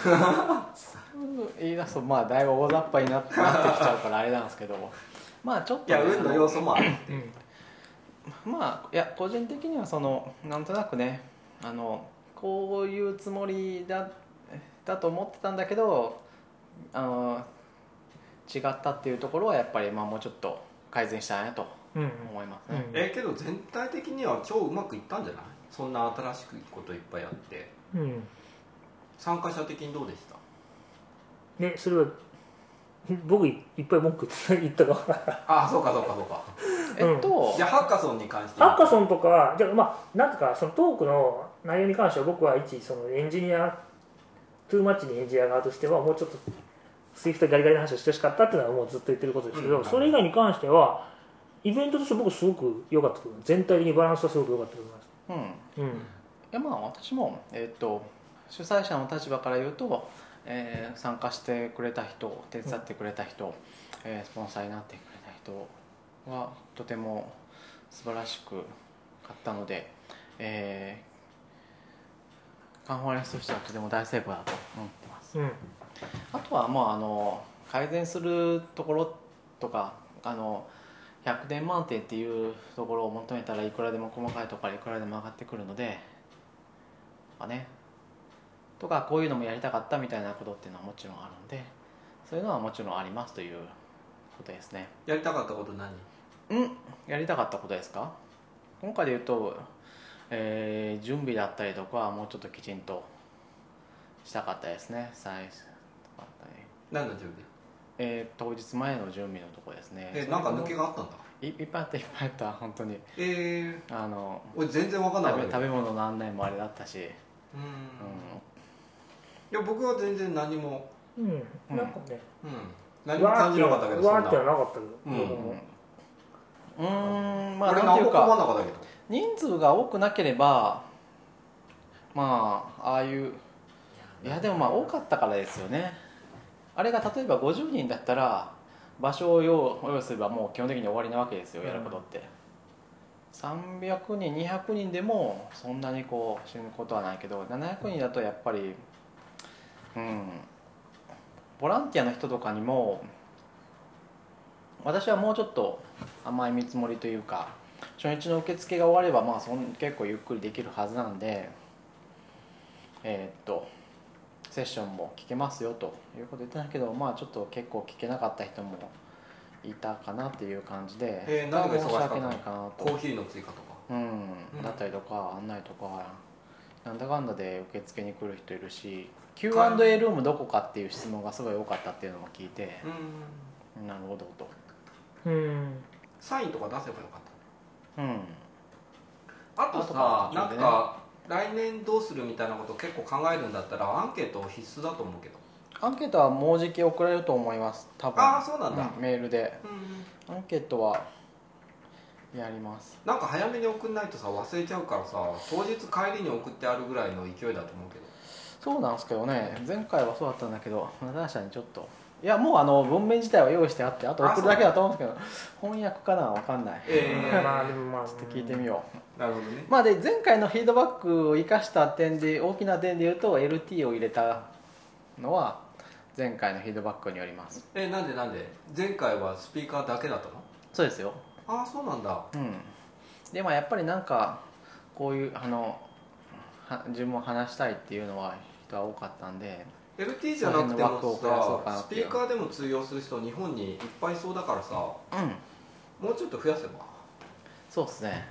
言い出すとまあだいぶ大雑把になってきちゃうからあれなんですけどまあちょっと、 いや運の要素もあるっていう、 うん、まあいや個人的にはそのなんとなくねあのこういうつもりだだと思ってたんだけどあの違ったっていうところはやっぱりまあもうちょっと改善したいなと思いますね、 うんうん、えけど全体的には超うまくいったんじゃない？そんな新しくこといっぱいやって、うん、参加者的にどうでした？ ねそれは僕いっぱい文句言ったかああそうかそうかそうかえっとじゃあハッカソンに関してハッカソンとかじゃあまあなんとかそのトークの内容に関しては僕は一そのエンジニアトゥーマッチにエンジニア側としてはもうちょっとスイフトガリガリの話をしてほしかったっていうのはもうずっと言ってることですけど、うん、それ以外に関してはイベントとして僕すごく良かったと思います。全体的にバランスはすごく良かったと思います。うん、うん、いやまあ私も、えー、と主催者の立場から言うと、 えー参加してくれた人、手伝ってくれた人、えースポンサーになってくれた人はとても素晴らしくかったので、えーカンファレンスとしてはとても大成功だと思ってます。 うん、 あとはまああの改善するところとか、あのひゃくてん満点っていうところを求めたらいくらでも細かいところからいくらでも上がってくるので、まあね、とかこういうのもやりたかったみたいなことっていうのはもちろんあるので、そういうのはもちろんありますということですね。 やりたかったこと何？ うんやりたかったことですか？今回で言うと、えー準備だったりとかもうちょっときちんとしたかったですね。最初とかだったり、 何の準備？ えー当日前の準備のところですね。 えなんか抜けがあったんだ。 いいっぱいあったいっぱいあった本当に。 えー、 あの俺全然わかんなかったけど。 食べ食べ物の案内もあれだったし、 うん、 うん、 いや僕は全然何も、 うん、なんかね、 うん、何も感じなかったけど、そんなわーってはなかったけど、 うん僕もうーんまあ俺なんていう何も困んかなかったけど。 人数が多くなければまあああいういやでもまあ多かったからですよね。あれが例えばごじゅうにんだったら場所を用用意すればもう基本的に終わりなわけですよ、やることって。さんびゃくにんにひゃくにんでもそんなにこう死ぬことはないけど、ななひゃくにんだとやっぱりうんボランティアの人とかにも私はもうちょっと甘い見積もりというか、初日の受付が終わればまあそん結構ゆっくりできるはずなんで、えーっとセッションも聞けますよということ言ってたけど、まあちょっと結構聞けなかった人もいたかなっていう感じで、 えー、何が忙し申しかったの？ 訳ないかなと。 コーヒーの追加とか。 うん、 うんだったりとか案内とかなんだかんだで受付に来る人いるし、 キューアンドエー ルームどこかっていう質問がすごい多かったっていうのも聞いて、 うん、 なるほどと。 うんサインとか出せばよかっうんた。あとあとさ、 か途中でねなんか来年どうするみたいなこと結構考えるんだったらアンケート必須だと思うけど。 アンケートはもうじき送られると思います多分。 ああそうなんだ、 うんメールでうん、 アンケートはやります。 なんか早めに送んないとさ忘れちゃうからさ、当日帰りに送ってあるぐらいの勢いだと思うけど。 そうなんですけどね、前回はそうだったんだけど確かにちょっといやもうあの文面自体は用意してあって、あと送るだけだと思うんですけど、翻訳かな分かんない、 えー、 まあでもまあちょっと聞いてみよう。 なるほどね。 まあで前回のフィードバックを生かした点で大きな点で言うと エルティー を入れたのは前回のフィードバックによります。 えなんでなんで前回はスピーカーだけだったの？ そうですよ。 ああそうなんだ。 うんでもやっぱりなんかこういうあのは自分も話したいっていうのは人は多かったんで、 エルティー じゃなくてもその辺の枠を増やそうかなさ、 っていうスピーカーでも通用する人日本にいっぱいいそうだからさ、 うんもうちょっと増やせば。 そうですね。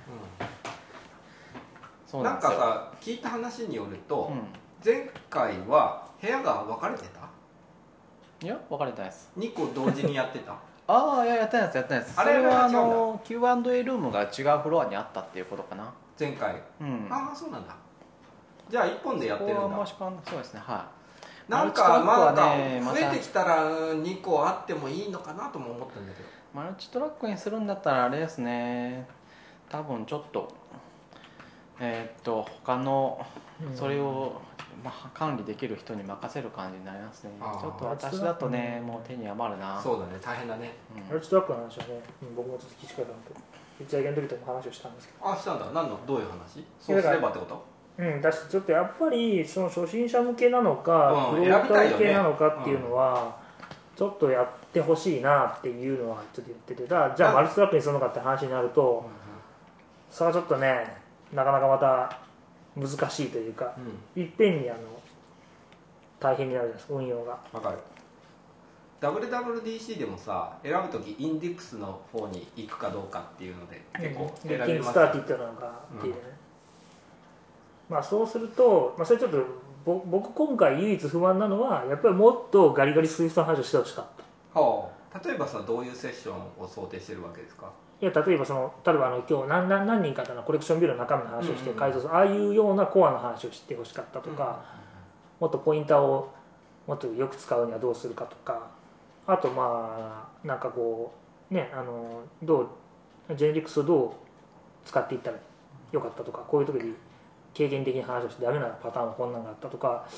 う、 そうんなですよ。 なんんかさ聞いた話によると、 うん前回は部屋が分かれてた？ いや分かれてないです。 にこ同時にやってた？ ああいややってないですやってないです。 あれそれはああれは違うんだの キューアンドエー ルームが違うフロアにあったっていうことかな。 前回。 うんああそうなんだ。じゃあいっぽんでやってるんだ。 そこはもしかそうですね。はなんかまあなんかマルチトラックはねまた増えてきたらにこあってもいいのかなとも思ったんだけど。 いマルチトラックにするんだったらあれですね、多分ちょっとえーっと他のそれを、まあ、管理できる人に任せる感じになりますね。 あーちょっと私だとねもう手に余るな。 そうだね大変だね。 うんマルチトラックの話はね、うん僕もちょっと聞きたかったのと打ち上げの時とも話をしたんですけあしたんだ。何のどういう話？そうすればってこと？ ど、うん、だしちょっとやっぱりその初心者向けなのか、 うんプローター向選びたいよねけなのかっていうのは、ちょっとやってほしいなっていうのはちょっと言ってて、だからじゃあマルチトラックにするのかって話になると、それはちょっとねなかなかまた難しいというか、 うんいっぺんにあの大変になるじゃないですか運用が。 わかる。ダブリューダブリューディーシー でもさ選ぶときインデックスの方に行くかどうかっていうので結構選でキンべますグスターティットなのかっていうね、まあそうすると、まあ、それちょっとぼ僕今回唯一不安なのはやっぱりもっとガリガリスイフトの話をしてほしかった。 はあ、例えばさどういうセッションを想定してるわけですか？ いや例えばその例えばあの今日何何何人かとのコレクションビルの中身の話をしてうんうん改造する、ああいうようなコアの話をしてほしかったとか、もっとポインターをもっとよく使うにはどうするかとか、あとまあなんかこうねあのどうジェネリクスをどう使っていったらよかったとか、こういう時に経験的に話をしてダメなパターンはこんなのがあったとか、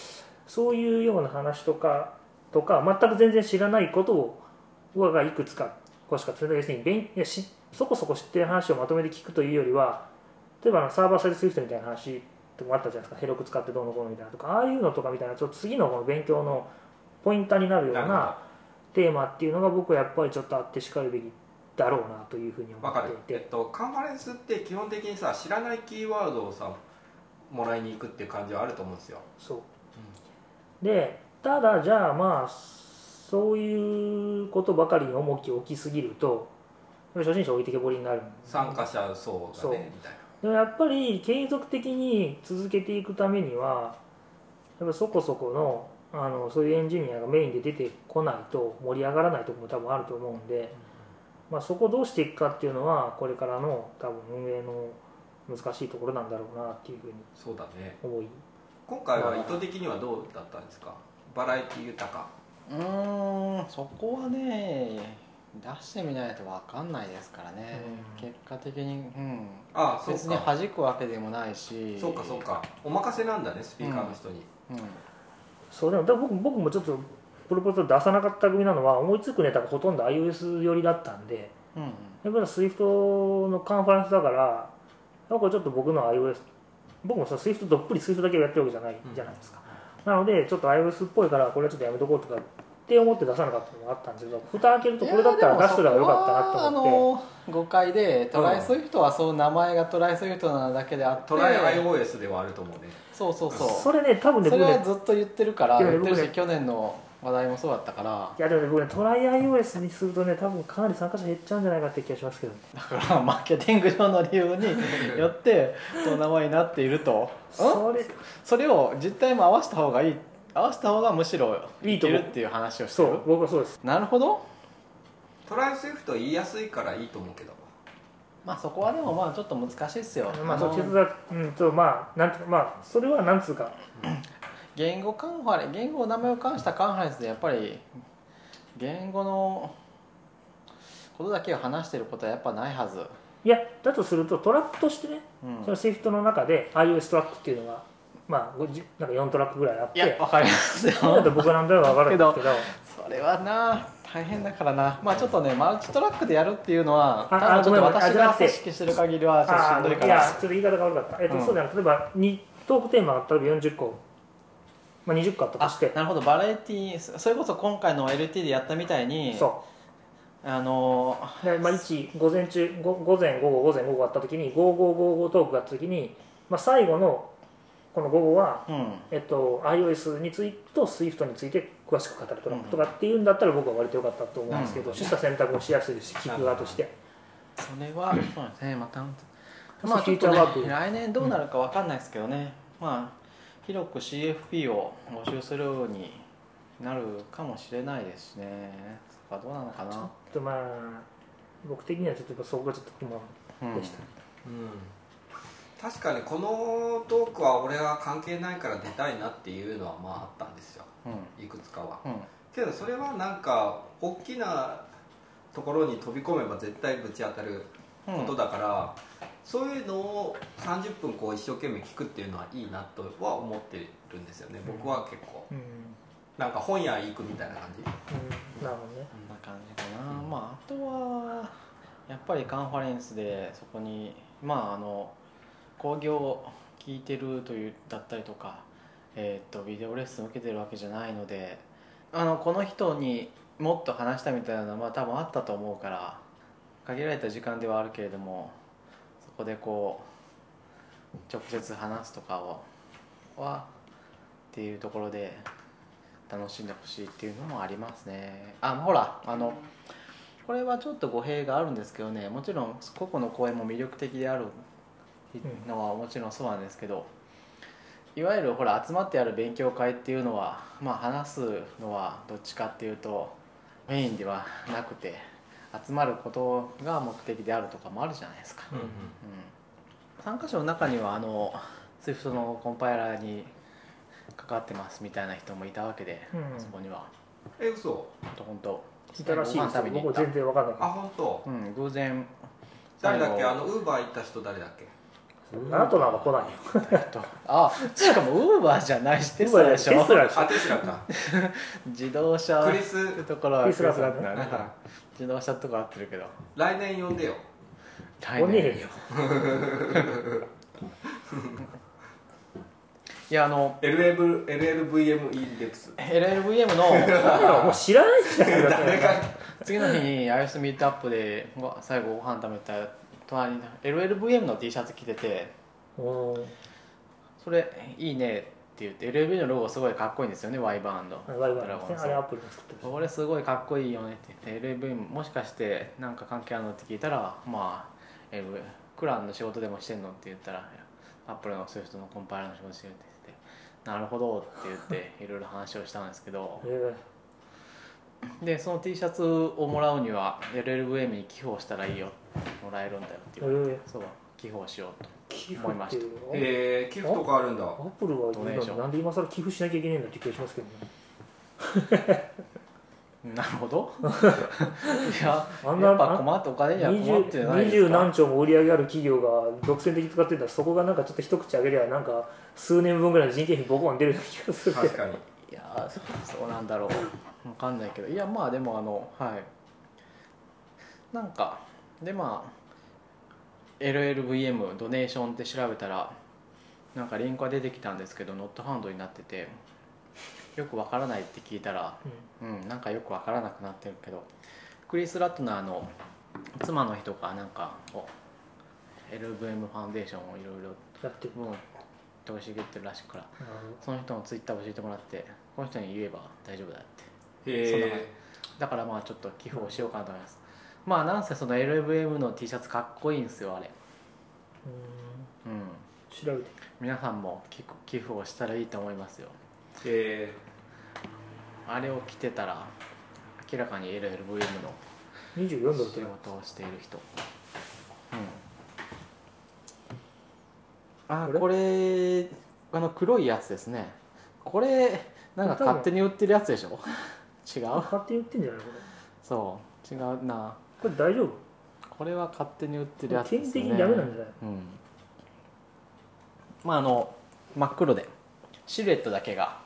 そういうような話とかとか全く全然知らないことを僕がいくつかこうしかそれ要するに勉いやしそこそこ知ってる話をまとめて聞くというよりは、例えばあのサーバーサイドスイフトみたいな話とかもあったじゃないですか。ヘロク使ってどうのこうのみたいなとか、ああいうのとかみたいなちょっと次のこの勉強のポインターになるようなテーマっていうのが僕はやっぱりちょっとあってしかるべきだろうなというふうに思っていて、 えっと、カンファレンスって基本的にさ知らないキーワードをさもらいに行くっていう感じはあると思うんですよ。 そう、うん、でただじゃあまあそういうことばかりに重きを置きすぎると初心者置いてけぼりになる、 参加者そうだねみたいな。 でもやっぱり継続的に続けていくためにはやっぱそこそこのあのそういうエンジニアがメインで出てこないと盛り上がらないところも多分あると思うんで、まあ、そこをどうしていくかっていうのはこれからの多分運営の難しいところなんだろうなっていうふうにそうだね。 思い、 今回は意図的にはどうだったんですか？バラエティ豊か。 うーんそこはね出してみないと分かんないですからね、うん、結果的に、うん、 ああそうか別に弾くわけでもないし、 そうかそうかお任せなんだねスピーカーの人に、 うんうん、そうでもだ僕僕もちょっとプロポーズ出さなかった組なのは思いつくネタがほとんど iOS 寄りだったんで、うんうん、やっぱり Swift のカンファレンスだからやっぱりちょっと僕の iOS 僕も Swift どっぷり Swift だけをやってるわけじゃないじゃないですか、うん、なのでちょっと iOS っぽいからこれはちょっとやめとこうとかって思って出さなかったのがあったんですけど、蓋開けるとこれだったら出したらよかったなと思って、 あの誤解でトライスイフトはそう名前がトライスイフトなだけであって、 トライ iOS ではあると思うね。 そうそうそう、 それね多分ねそれはずっと言ってるから言ってるし、 ね、 去年の話題もそうだったから。 いやでもね僕ねトライ iOS にするとね多分かなり参加者減っちゃうんじゃないかって気がしますけど、ね、 だからマーケティング上の理由によってその名前になっているとそれそれを実態も合わせた方がいい、合わせた方がむしろいけるっていう話をしてる。 そう僕はそうです。 なるほど。 トライスイフト言いやすいからいいと思うけど、 まあそこはでもまあちょっと難しいですよ。 まあそう地図だうんとまあなんとまあそれはなんつうか言語カンファレン言語の名前を冠したカンファレンスでやっぱり言語のことだけを話していることはやっぱないはず。 いやだとするとトラックとしてね、うん、その Swift の中で iOS トラックっていうのがまあなんかよんトラックぐらいあって、 いや分かりますよ。 だって僕は何だろう分かるんですけどそれはな大変だからな。まあちょっとねマルチトラックでやるっていうのは多分ちょっと私が組織してる限りはちょっとしんどいから。 いやちょっと言い方が悪かった、えっと、うん、そうじゃなくて例えばにトークテーマが例えばよんじゅっこ、まあ、にじゅっこあったとして、 なるほどバラエティーそれこそ今回の エルティー でやったみたいにそうあのー、まあ、いち午前中午前午後午前午後あった時に午後午後トークがあった時に、まあ、最後のこの午後は、うんえっと、iOS についてと Swift について詳しく語るトラックとかっていうんだったら僕は割と良かったと思うんですけど、うん、取捨選択もしやすいですし聞く側としてそれはそうですねまたまあちょっとね来年どうなるか分かんないですけどね、うん、まあ広く シーエフピー を募集するようになるかもしれないですしね。そこはどうなのかな。ちょっとまあ僕的にはちょっとそこがちょっと不満でした、 うんうん確かにこのトークは俺は関係ないから出たいなっていうのはまああったんですよ、うん、いくつかは、うん、けどそれはなんか大きなところに飛び込めば絶対ぶち当たることだから、うん、そういうのをさんじゅっぷんこう一生懸命聞くっていうのはいいなとは思ってるんですよね、うん、僕は結構、うん、なんか本屋行くみたいな感じ、 うん、なるほどねそんな感じかな、うん、まああとはやっぱりカンファレンスでそこにまああの講義を聞いてるというだったりとか、えー、とビデオレッスンを受けてるわけじゃないのであのこの人にもっと話したみたいなのは多分あったと思うから限られた時間ではあるけれどもそこでこう直接話すとかをはっていうところで楽しんでほしいっていうのもありますね。あほらあのこれはちょっと語弊があるんですけどねもちろん個々の講演も魅力的であるのはもちろんそうなんですけどいわゆるほら集まってやる勉強会っていうのは、まあ、話すのはどっちかっていうとメインではなくて集まることが目的であるとかもあるじゃないですか、うんうんうん、参加者の中にはあの Swift のコンパイラーに関わってますみたいな人もいたわけで、うんうん、そこにはえ嘘本当いたらしいですよ僕全然分かんないあ本当、 うん、偶然誰だっけあのウーバー行った人誰だっけあとなんか来ないよあ、しかもウーバーじゃないしテスラでしょ。 テスラでしょあテスラか自動車クリスってところはクリスラスだだねね。自動車とか合ってるけど来年呼んでよ来来ねえよいやあのエルエル エルエルブイエム インデックスエルエルブイエム のもう知らないじゃん誰が次の日にアイエスミートアップでご最後ご飯食べたら隣に エルエルブイエム の T シャツ着てておーそれいいねって言って エルエルブイエム のロゴすごいかっこいいんですよね Y バーンドあれワイワイドラゴンですねあれアップルが作ってるこれすごいかっこいいよねって言って エルエルブイエム もしかしてなんか関係あるのって聞いたらまあ エルエルブイエム クランの仕事でもしてんのって言ったらアップルのそういう人のコンパイラーの仕事してるって言ってなるほどって言っていろいろ話をしたんですけどえでその T シャツをもらうには エルエルブイエム に寄付をしたらいいよもらえるんだよって言われて、 えそう寄付をしようと寄付思いましたってえー、寄付とかあるんだアップルはドネーションなんで今更寄付しなきゃいけないんだって気がしますけどねなるほどいやあんなやっぱ困ってお金には困ってない二ですか十何兆も売り上げある企業が独占的に使ってたらそこがなんかちょっと一口あげりゃなんか数年分ぐらいの人件費ボコン出るような気がするけど確かにいやそうなんだろう分かんないけどいやまあでもあのはいなんかでまあ エルエルブイエム ドネーションって調べたらなんかリンクが出てきたんですけどノットファウンドになっててよくわからないって聞いたら、うん、うん、なんかよくわからなくなってるけどクリス・ラットナーの妻の人がなんか エルブイエム ファンデーションをいろいろやってるもう投資してるらしいからなるその人のツイッター教えてもらってこの人に言えば大丈夫だってへそんな感えじだからまあちょっと寄付をしようかなと思います、まあなんせその エルエルブイエム の T シャツかっこいいんですよあれほどうーんうん調べて皆さんも寄寄付をしたらいいと思いますよえあれを着てたら明らかに エルエルブイエム のにじゅうよんドルって仕事をしている人、うん、あこれこれあの黒いやつですねこれなんか勝手に売ってるやつでしょ違う勝手に売ってんじゃないこれそう違うなこれ大丈夫これは勝手に売ってるやつですね権利的にダメなんじゃないうんまああの真っ黒でシルエットだけが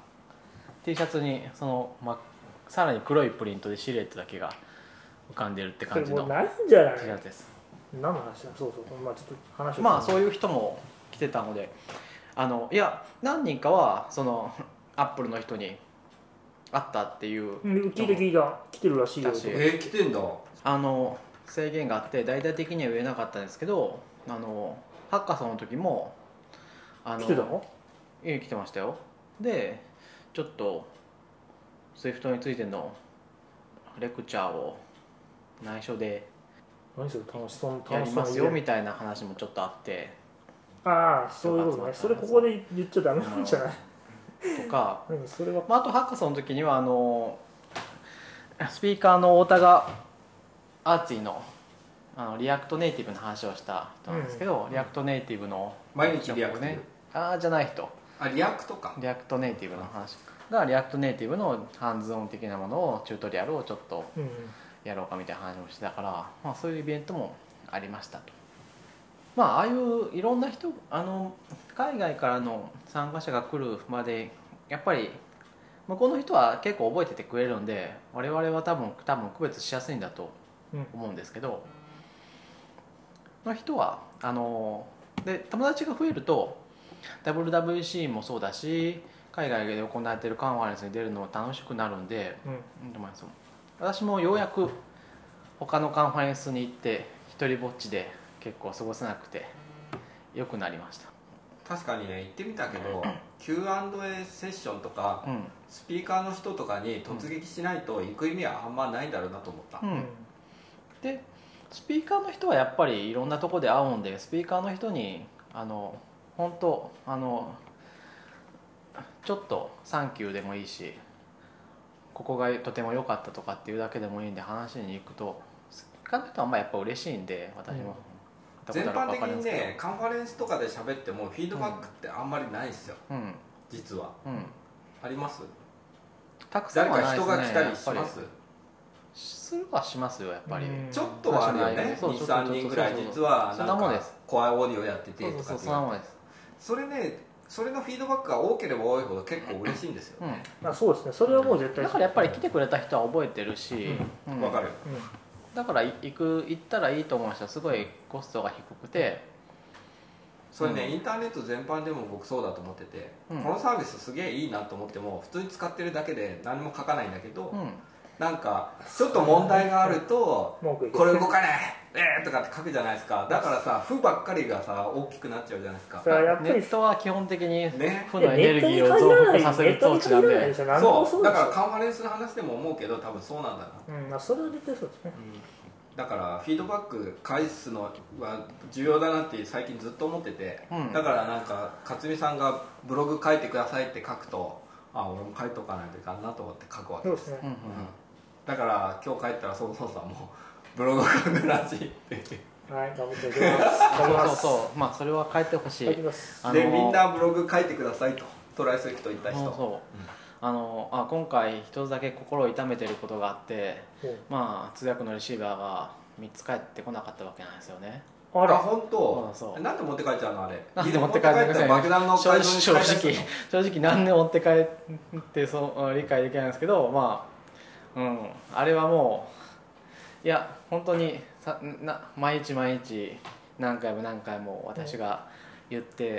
T シャツにその、ま、さらに黒いプリントでシルエットだけが浮かんでるってそ感じのれもうないんじゃない T シャツです何の話だそうそうまあちょっと話をまあそうういう人も来てたのであのいや何人かはそのアップルの人に会ったっていう聞いた聞いた来てるらしいよだしー、えー、来てんだあの制限があって大々的には言えなかったんですけどあのハッカソンの時もあの来てたのええ来てましたよでちょっと スイフト についてのレクチャーを内緒で何それ楽しそう楽しそうやりますよみたいたいな話もちょっとあってああそういうことねそれここで言っちゃダメなんじゃないとか、 うんそれはまあ、あとハッカソンの時にはあのスピーカーの太田がアーツィのあのリアクトネイティブの話をした人なんですけど、 うんリアクトネイティブの毎日リアクトねああじゃない人あリアクトかリアクトネイティブの話がリアクトネイティブのハンズオン的なものをチュートリアルをちょっとうんやろうかみたいな話もしてたから、まあ、そういうイベントもありましたとまあああいういろんな人あの海外からの参加者が来るまでやっぱり向こうの人は結構覚えててくれるんで我々は多分多分区別しやすいんだと思うんですけど、の人はあので友達が増えると ダブリューダブリューシー もそうだし海外で行われているカンファレンスに出るのも楽しくなるんで、 うんうん私もようやく他のカンファレンスに行って一人ぼっちで結構過ごせなくて良くなりました、 確かにね行ってみたけど キューアンドエー セッションとか、 うんスピーカーの人とかに突撃しないと行く意味はあんまないんだろうなと思った、 うん、でスピーカーの人はやっぱりいろんなとこで会うんでスピーカーの人にあの本当あのちょっとサンキューでもいいしここがとても良かったとかっていうだけでもいいんで話に行くとスピーカーの人はまあやっぱ嬉しいんで私も、うん、 全般的に分かりますけどねカンファレンスとかで喋ってもフィードバックってあんまりないですよ、 うん実はうんありますたくさん誰かはないですね人が来たりしやっぱりますするはしますよやっぱり。 ちょっとはあるよね。にさんにんぐらい実はなんかコアオーディオやっててとかって。 そうそうそんなもんです。 それね、それのフィードバックが多ければ多いほど結構嬉しいんですよね。 うん、あそうですね。それはもう絶対。 だからやっぱり来てくれた人は覚えてるし、 わ、うんうん、かる。 だから行く行ったらいいと思う人はすごいコストが低くて。 それね、うん、インターネット全般でも僕そうだと思ってて、うん、このサービスすげえいいなと思っても普通に使ってるだけで何も書かないんだけど、うん、なんかちょっと問題があると「これ動かねえ!」えーとかって書くじゃないですか。だからさ、負ばっかりがさ大きくなっちゃうじゃないですか。 ネットは基本的に負のエネルギーを増幅させる装置なんで、 ね、そうだからカンファレンスの話でも思うけど多分そうなんだな。 うん、まあ、それは絶対そうですね。 うん、だからフィードバック返すのは重要だなって最近ずっと思ってて、うん、だからなんか勝美さんがブログ書いてくださいって書くと、あ、俺も書いとかないといかんなと思って書くわけです。そうですね。うんうん、だから今日帰ったらそうそうさんもブログ書くらしいってはい頑張っていきます。そうそうそう、まあそれは書いてほしい。 で、あのー、みんなブログ書いてくださいとトライする人いた人。そうそう、うん、 あのあ今回一つだけ心を痛めてることがあって、うん、まあ通訳のレシーバーがみっつ帰ってこなかったわけなんですよね。 あら、本当。そうそう、なんで持って帰っちゃうのあれ。 なんで持って帰ってくるの。爆弾の正直正直なんで持って帰ってそう理解できないんですけど、まあうんあれはもういや本当にさな毎日毎日何回も何回も私が言って、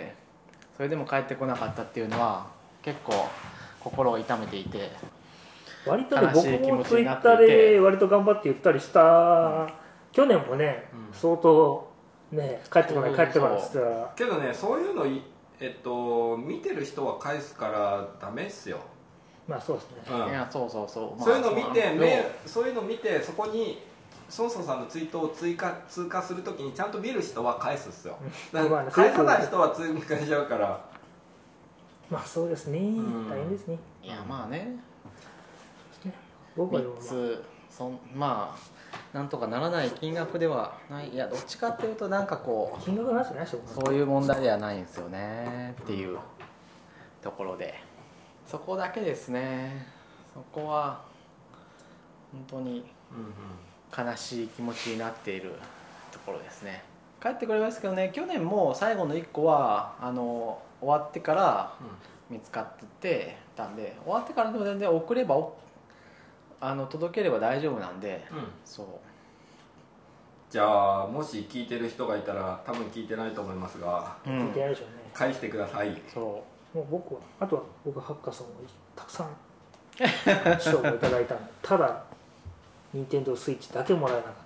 それでも帰ってこなかったっていうのは結構心を痛めていて、 割とね僕もツイッターで割と頑張って言ったりした、うん、去年もね、うん、相当ね帰ってこない帰ってこないって言ったら、 けどねそういうのえっと見てる人は返すからダメっすよ。 まあそうですね、 うん、いやそうそうそう、 そういうの見て、まあ、そういうの見てそこにソンソンさんのツイートを追加通過するときにちゃんと見る人は返すっすよ。だから返さない人は通過しちゃうから。 まあそうですね、うん、大変ですね。 いやまあね、 僕はみっつそんまあなんとかならない金額ではない。いやどっちかっていうとなんかこう金額の話じゃないでしょ。 そういう問題ではないんですよねっていうところで、そこだけですね。そこは本当に悲しい気持ちになっているところですね。帰ってくれますけどね、去年も最後のいっこはあの終わってから見つかっててたんで、終わってからでも全然送ればあの届ければ大丈夫なんで、うん、そう。 じゃあもし聞いてる人がいたら多分聞いてないと思いますが、 うん、聞いてないでしょうね。 返してください。 そうもう僕はあとは僕はハッカソンをたくさん賞をいただいたんでただ任天堂スイッチだけもらえなかった。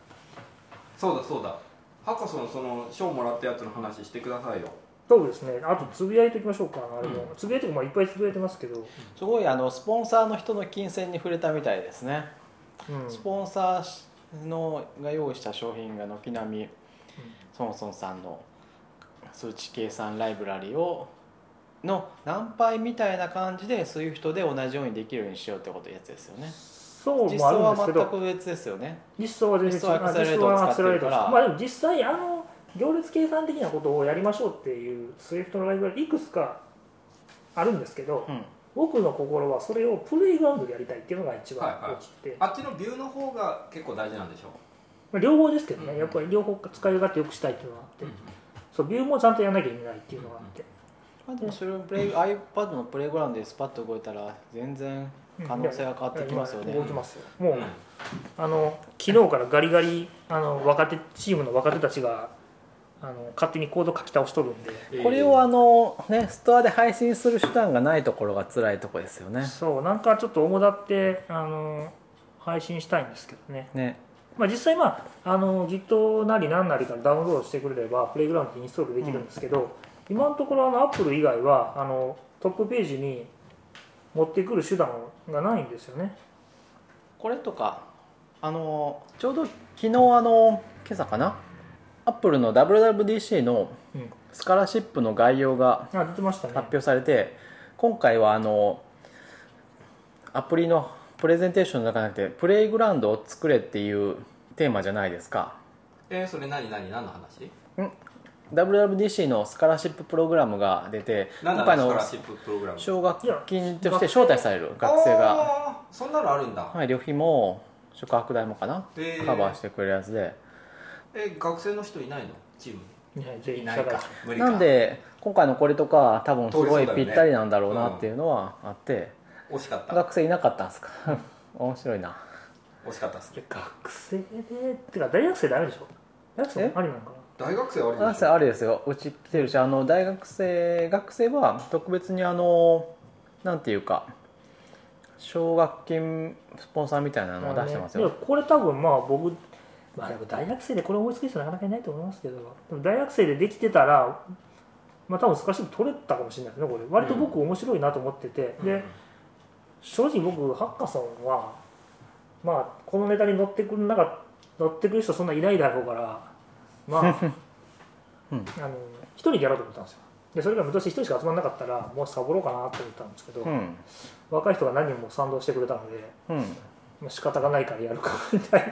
そうだそうだ、ハッカソンその賞もらったやつの話してくださいよ。 そうですね、あとつぶやいておきましょうか。あれも、うん、つぶやいてもいっぱいつぶやいてますけど、 すごいあのスポンサーの人の金銭に触れたみたいですね、うん、スポンサーのが用意した商品が軒並み、うん、ソンソンさんの数値計算ライブラリをの何倍みたいな感じでそういう人で同じようにできるようにしようってことやつですよね。 そうもあるんですけど、 実装は全く別ですよね。 実装は全然違う。実装はアクセラレートを使ってるから、まあでも実際あの行列計算的なことをやりましょうっていう スイフト のライブラリいくつかあるんですけど、うん、僕の心はそれをプレイグラウンドでやりたいっていうのが一番大きくて、はいはい、あっちのビューの方が結構大事なんでしょう。 まあ、両方ですけどね、うん、やっぱり両方使い勝手よくしたいっていうのがあって、うん、そうビューもちゃんとやらなきゃいけないっていうのがあって、 うん、でもそれをプレイ iPad のプレイグラウンドでスパッと動いたら全然可能性が変わってきますよね。 動きますよ。もう、うん、あの昨日からガリガリあの若手チームの若手たちがあの勝手にコード書き倒しとるんで、 これをあの、ね、ストアで配信する手段がないところが辛いところですよね。 そうなんかちょっと主だってあの配信したいんですけどね。ね、まあ、実際、まあ、あの Git なり何なりからダウンロードしてくれればプレイグラウンドでインストールできるんですけど、うん、今のところあの Apple 以外はあのトップページに持ってくる手段がないんですよね。 これとかあのちょうど昨日あの今朝かな、アップルの ダブリューダブリューディーシー のスカラシップの概要が発表されて、今回はあのアプリのプレゼンテーションの中じゃなくてプレイグラウンドを作れっていうテーマじゃないですか。 えー、それ何何何の話？ ん ダブリューダブリューディーシー のスカラシッププログラムが出て、今回の奨学金として招待される学生が、 そんなのあるんだ。 はい、旅費も宿泊代もかな、 えーカバーしてくれるやつで、 え学生の人いないのチームに？ いや全員いないか無理か。 なんで今回のこれとか多分すごい通りそうだよねぴったりなんだろうなっていうのはあって、 惜しかった。 学生いなかったんですか面白いな。 惜しかったっす。 いや学生でってか大学生ダメでしょ？大学生もありなのかな？ 大学生ありでしょ？ 大学生あるですよ。うち来てるし、あの大学生学生は特別にあのなんていうか奨学金スポンサーみたいなのを出してますよ。 いやこれ多分まあ僕、まあ、でも大学生でこれ思いつく人なかなかいないと思いますけど、でも大学生でできてたらまあ多分スカシップ取れたかもしれないですね。これ割と僕面白いなと思ってて、 うん、 で正直僕ハッカソンはまあこのネタに乗ってくる中乗ってくる人そんないないだろうからまあ、うん、あの一人でやろうと思ったんですよ。でそれが昔一人しか集まらなかったらもうサボろうかなと思ったんですけど、うん、若い人が何人も賛同してくれたので、うん、まあ仕方がないからやるかみたい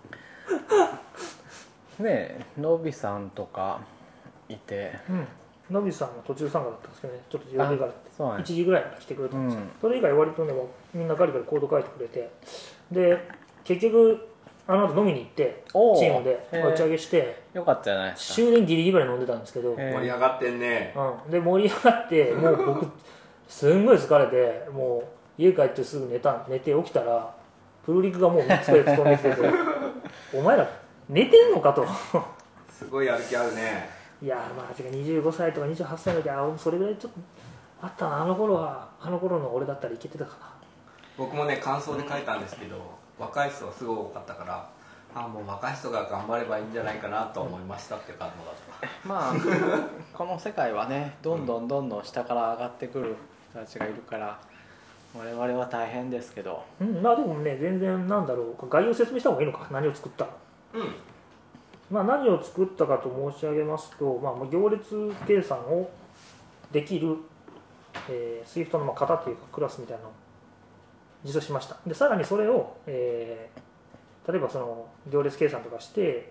な。ねえのびさんとかいて、 うん、のびさんは途中参加だったんですけどね、ちょっと予定があっていちじぐらいから来てくれたんですよ、うん、それ以外割とねみんなガリガリコード書いてくれて、で結局あの後飲みに行ってチームで打ち上げしてよかったじゃないですか。 終電ギリギリまで飲んでたんですけど、 盛り上がってんね、 うん、で盛り上がってもう僕すんごい疲れてもう家帰ってすぐ寝た寝て起きたらプルリクがもうみっつぐらい飛んできててお前ら寝てんのかとすごいやる気あるね。 いやまあにじゅうごさいとかにじゅうはっさいの時はそれぐらいちょっとあったな。あの頃はあの頃の俺だったらいけてたかな。僕もね感想で書いたんですけど、若い人がすごい多かったからあもう若い人が頑張ればいいんじゃないかなと思いましたって感動だった。 まあこの世界はねどんどんどんどん下から上がってくる人たちがいるから我々は大変ですけど、 うん、まあでもね全然なんだろう概要説明した方がいいのか。何を作ったの、うんまあ、何を作ったかと申し上げますと、まあ、行列計算をできる、えー、Swift のまあ型というかクラスみたいなのを実装しました。でさらにそれを、えー、例えばその行列計算とかして、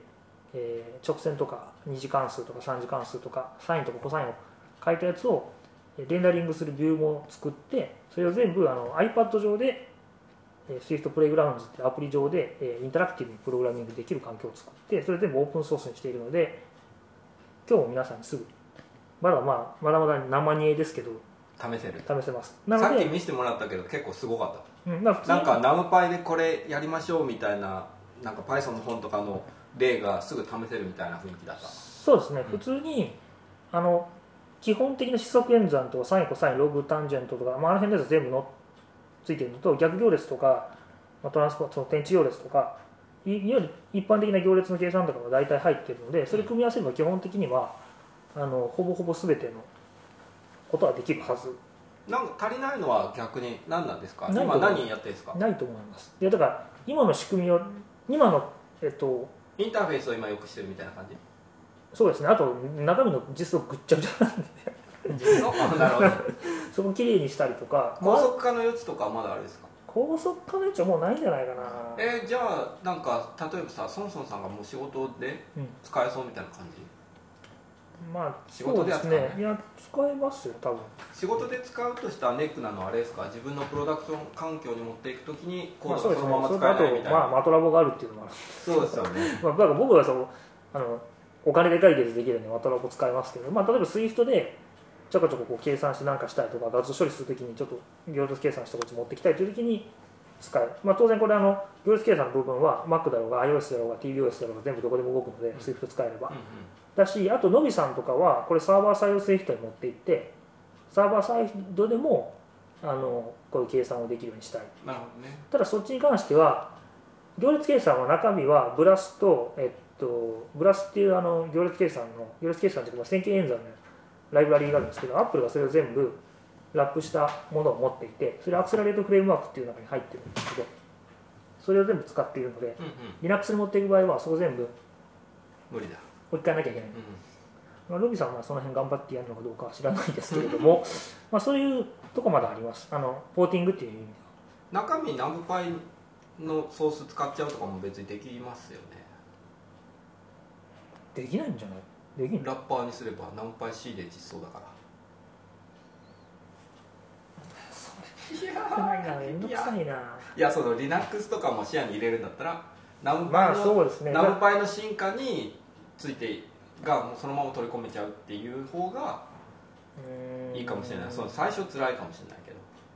えー、直線とかに次関数とかさん次関数とかサインとかコサインを書いたやつをレンダリングするビューも作って、それを全部あの iPad 上でSwift プレイグラウンズってアプリ上でインタラクティブにプログラミングできる環境を作って、それ全部オープンソースにしているので、今日も皆さんにすぐまだまあまだまだ生煮えですけど試せる試せます。 なのでさっき見せてもらったけど結構すごかった、うん、なんかナムパイでこれやりましょうみたいな、なんか Python の本とかの例がすぐ試せるみたいな雰囲気だった。そうですね、うん、普通にあの基本的な四則演算とかサインコサインログタンジェントとか、まあ、あの辺のやつ全部のついているのと、逆行列とか、まあ、トランスポートその天地行列とかいいわゆる一般的な行列の計算とかが大体入っているので、それ組み合わせれば基本的にはあのほぼほぼ全てのことはできるはず。なんか足りないのは逆に何なんですか？今何やってるんですか？ないと思います。いやだから今の仕組みを今の、えっと、インターフェースを今良くしてるみたいな感じ。そうですね。あと中身の実装ぐっちゃぐちゃなんで実装なるほどそこをきれいにしたりとか。高速化の余地とかはまだあれですか？高速化の余地はもうないんじゃないかな。えー、じゃあなんか例えばさ、ソンソンさんがもう仕事で使えそうみたいな感じ、うん、まあ仕事では使えない、ね、いや使えますよ多分。仕事で使うとしたらネックなのはあれですか？自分のプロダクション環境に持っていくときにコードがそのまま使えないみたいな。まあ、マトラボがあるっていうのもある。そうですよねまあだから僕はそのあのお金で解決できるんでマトラボ使いますけど、まあ、例えば Swift でちょこちょここう計算して何かしたいとか画像処理するときにちょっと行列計算してこっち持ってきたいというときに使える、まあ、当然これあの行列計算の部分は Mac だろうが iOS だろうが ティービーオーエス だろうが全部どこでも動くので Swift 使えれば、うんうん、だし、あとのびさんとかはこれサーバーサイド Swift に持っていってサーバーサイドでもあのこういう計算をできるようにしたい。なるほどね。ただそっちに関しては行列計算は中身はブラスと、えっと、ブラスっていうあの行列計算の行列計算というか線形演算のライブラリーがあるんですけど、Apple がそれを全部ラップしたものを持っていて、それアクセラレートフレームワークっていう中に入ってるんですけど、それを全部使っているので、うんうん、Linux に持っていく場合はそこ全部無理だ、もう一回やらなきゃいけない。うんうん、まあ、Ruby さんはその辺頑張ってやるのかどうかは知らないですけれどもまあそういうとこまであります。あのポーティングっていう意味では。中身 NumPy のソース使っちゃうとかも別にできますよね。できないんじゃない？できんラッパーにすれば NumPy C で実装だから。いやくないな、めんどくさいな。いや、その Linux とかも視野に入れるんだったらナムパイの、 まあそうですね、 ナムパイの進化についてがもうそのまま取り込めちゃうっていう方がいいかもしれない。その最初辛いかもしれないけど、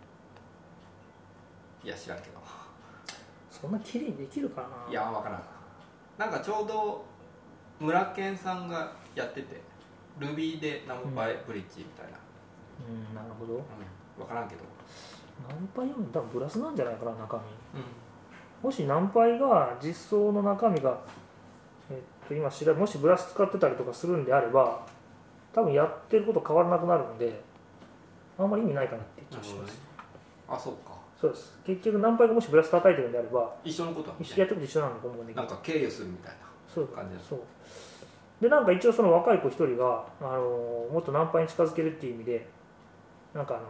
いや知らんけど、 そんな綺麗にできるかな。 いや分からん。なんかちょうど村健さんがやってて Ruby でナムパイブリッジみたいな、 うん、うん、なるほど。 うん、分からんけど、 ナンパイより多分ブラスなんじゃないかな、中身。 うんもしナンパイが実装の中身が、えっと、今調べもしブラス使ってたりとかするんであれば、多分やってること変わらなくなるので、あんまり意味ないかなって気がします。 あ、そうか。 そうです。結局ナンパイがもしブラス叩いてるんであれば、 一緒のことは一緒やってること一緒なんで、根本的に。 なんか経由するみたいなそう感じだ。 そうで、なんか一応その若い子一人が、あのもっとナンパイに近づけるっていう意味で、なんかあの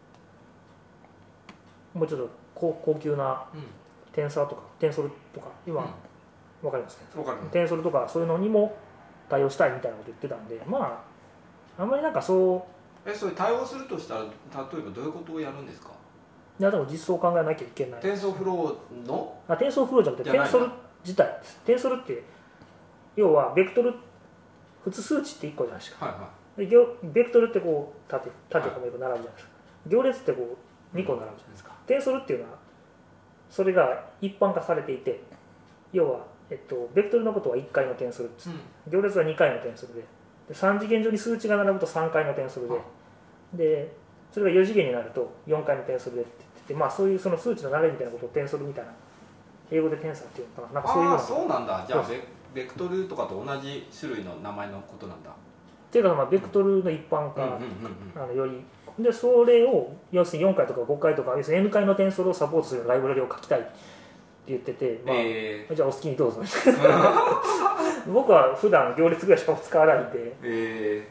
もうちょっと高高級なうんテンサーとかテンソルとか今、 うん、 わかりますね。 わかる。 テンソルとかそういうのにも対応したいみたいなこと言ってたんで、まああんまりなんかそうえ、それ対応するとしたら例えばどういうことをやるんですか？ いやでも実装を考えなきゃいけない。 テンソーフローのあテンソーフローじゃなくてテンソル自体です。テンソルって要はベクトル、普通数値っていっこじゃないですか。 はいはで行ベクトルってこう縦縦とも並ぶじゃないですか。行列ってこうにこ並ぶじゃないですか。テンソルっていうのはそれが一般化されていて、要は、えっと、ベクトルのことはいっかいのテンソルです、うん、行列はにかいのテンソルで、でさん次元上に数値が並ぶとさんかいのテンソルで、でそれがよ次元になるとよんかいのテンソルでって言ってて、まあ、そういうその数値の流れみたいなことをテンソルみたいな、英語でテンサーっていうのかな、なんかそういうの。 ああ、そうなんだ。じゃあベベクトルとかと同じ種類の名前のことなんだ。 っていうか、まあ、ベクトルの一般化、あのよりでそれを要するによんかいとかごかいとか要するに N 回のテンソルをサポートするライブラリを書きたいって言ってて、まあえー、じゃあお好きにどうぞ僕は普段行列ぐらいしか使わないんで、 え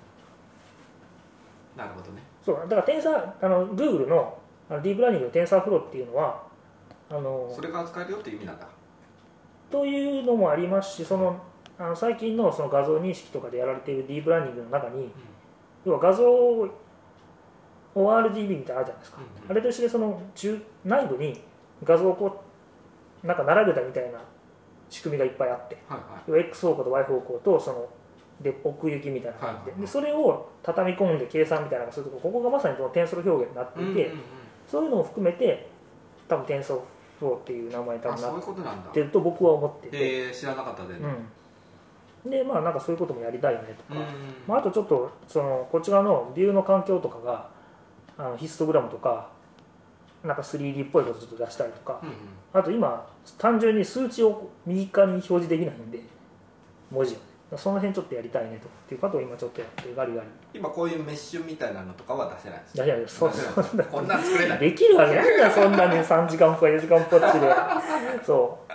ー、なるほどね。 そうだからテンサーあの Google のあのディープラーニングのテンサーフローっていうのはあのそれが使えるよっていう意味なんだというのもありますし、そのあの最近 の, その画像認識とかでやられているディープラーニングの中に、うん、要は画像 オーアールジービー みたいなのあるじゃないですか、うんうん、あれと一緒でその中内部に画像をこうなんか並べたみたいな仕組みがいっぱいあって、はいはい、要は X 方向と Y 方向とそので奥行きみたいな感じで、はいはいはい、でそれを畳み込んで計算みたいなのをするとここがまさにそのテンソル表現になっていて、うんうんうん、そういうのを含めて多分テンソルフローっていう名前に多分なってると僕は思ってて、 えー、知らなかったでね、 うん、でまあなんかそういうこともやりたいよねとか、うんうんまあ、あとちょっとそのこっち側のビューの環境とかがあのヒストグラムとかなんか スリーディー っぽいことをちょっと出したりとか、うんうん、あと今単純に数値を右側に表示できないんで文字をその辺ちょっとやりたいねとかっていうことを今ちょっとやってガリガリ今こういうメッシュみたいなのとかは出せないです出せないですそうそんなこんなん作れないできるわけないんだそんなにさんじかんぽよじかんぽっちでそう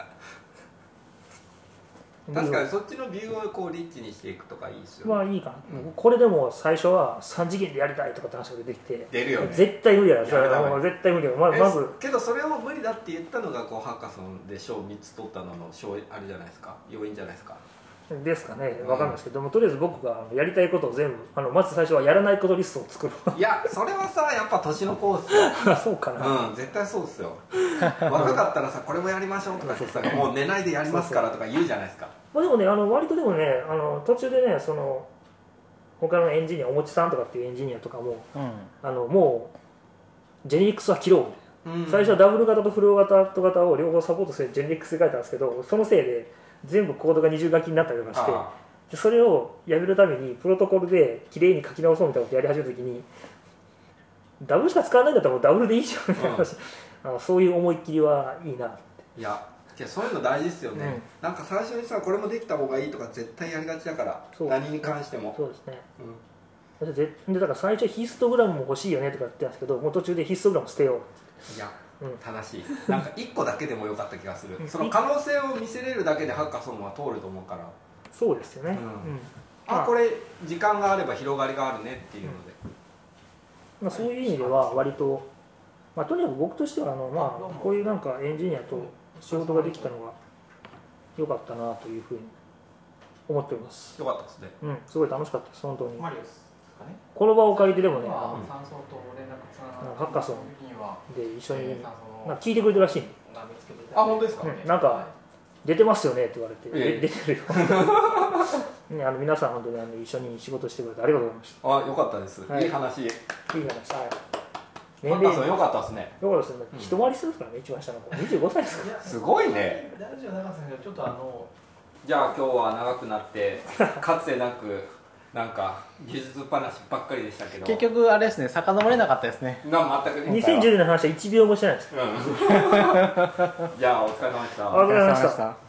確かにそっちのビューをこうリッチにしていくとかいいですよ、 ね、まあいいかな、うん、これでも最初はさん次元でやりたいとかって話が出てきて出るよね絶対無理だよそれは絶対無理だよ ま, まずけどそれを無理だって言ったのがこうハッカソンで賞みっつ取ったのの賞あれじゃないですか要因じゃないですかですかね分かんないですけども、うん、とりあえず僕がやりたいことを全部あのまず最初はやらないことリストを作るいやそれはさやっぱ年の子っすよそうかなうん絶対そうっすよ若かったらさこれもやりましょうとかってさもう寝ないでやりますからとか言うじゃないですかまあ、でもねあの割とでもねあの途中でねその他のエンジニアおもちさんとかっていうエンジニアとかも、うん、あのもうジェニックスは切ろう、うん、最初はダブル型とフロー型と型を両方サポートするジェニックスで書いたんですけどそのせいで全部コードが二重書きになったりとかしてでそれをやめるためにプロトコルできれいに書き直そうみたいなことをやり始めた時にダブルしか使わないんだったらもうダブルでいいじゃんみたいな話、うん、あのそういう思いっきりはいいなって。 いやそういうの大事ですよね、うん、なんか最初にさこれもできた方がいいとか絶対やりがちだから何に関してもそうですね、うん、でだから最初ヒストグラムも欲しいよねとか言ってたんですけどもう途中でヒストグラム捨てよういや、うん、正しいなんかいっこだけでもよかった気がするその可能性を見せれるだけでハッカソンは通ると思うからそうですよね、 うんうん、あこれ時間があれば広がりがあるねっていうので、 うんまあ、そういう意味では割と、まあ、とにかく僕としてはあの、まあ、こういうなんかエンジニアと仕事ができたのが良かったなというふうに思っております。 良かったですね。 うん、すごい楽しかったです本当に。 マリオスですかね。 この場を借りてでもね、 まああの酸素と連絡つながるハッカソン時にはで一緒にえー酸素なんか聞いてくれてるらしいんで、 が見つけていたあ、本当ですか。 うんなんか出てますよねって言われて、 ええで出てるよね、あの皆さん本当にあの一緒に仕事してくれてありがとうございましあ、よかったです。 はいいい話。 た。いい話、はい。 ハッカソン良かったですね。 よかったですね。一回りするからね、一番下の子。にじゅうごさいですかすごいね。 大丈夫なかったんですけど、ちょっとあのじゃあ今日は長くなってかつてなくなんか技術話ばっかりでしたけど、 結局あれですね、遡れなかったですね。 な全くら。にせんじゅうねんの話はいちびょうもしてないです。 うんじゃあお疲れ様でした。 ありがとうございました。 た。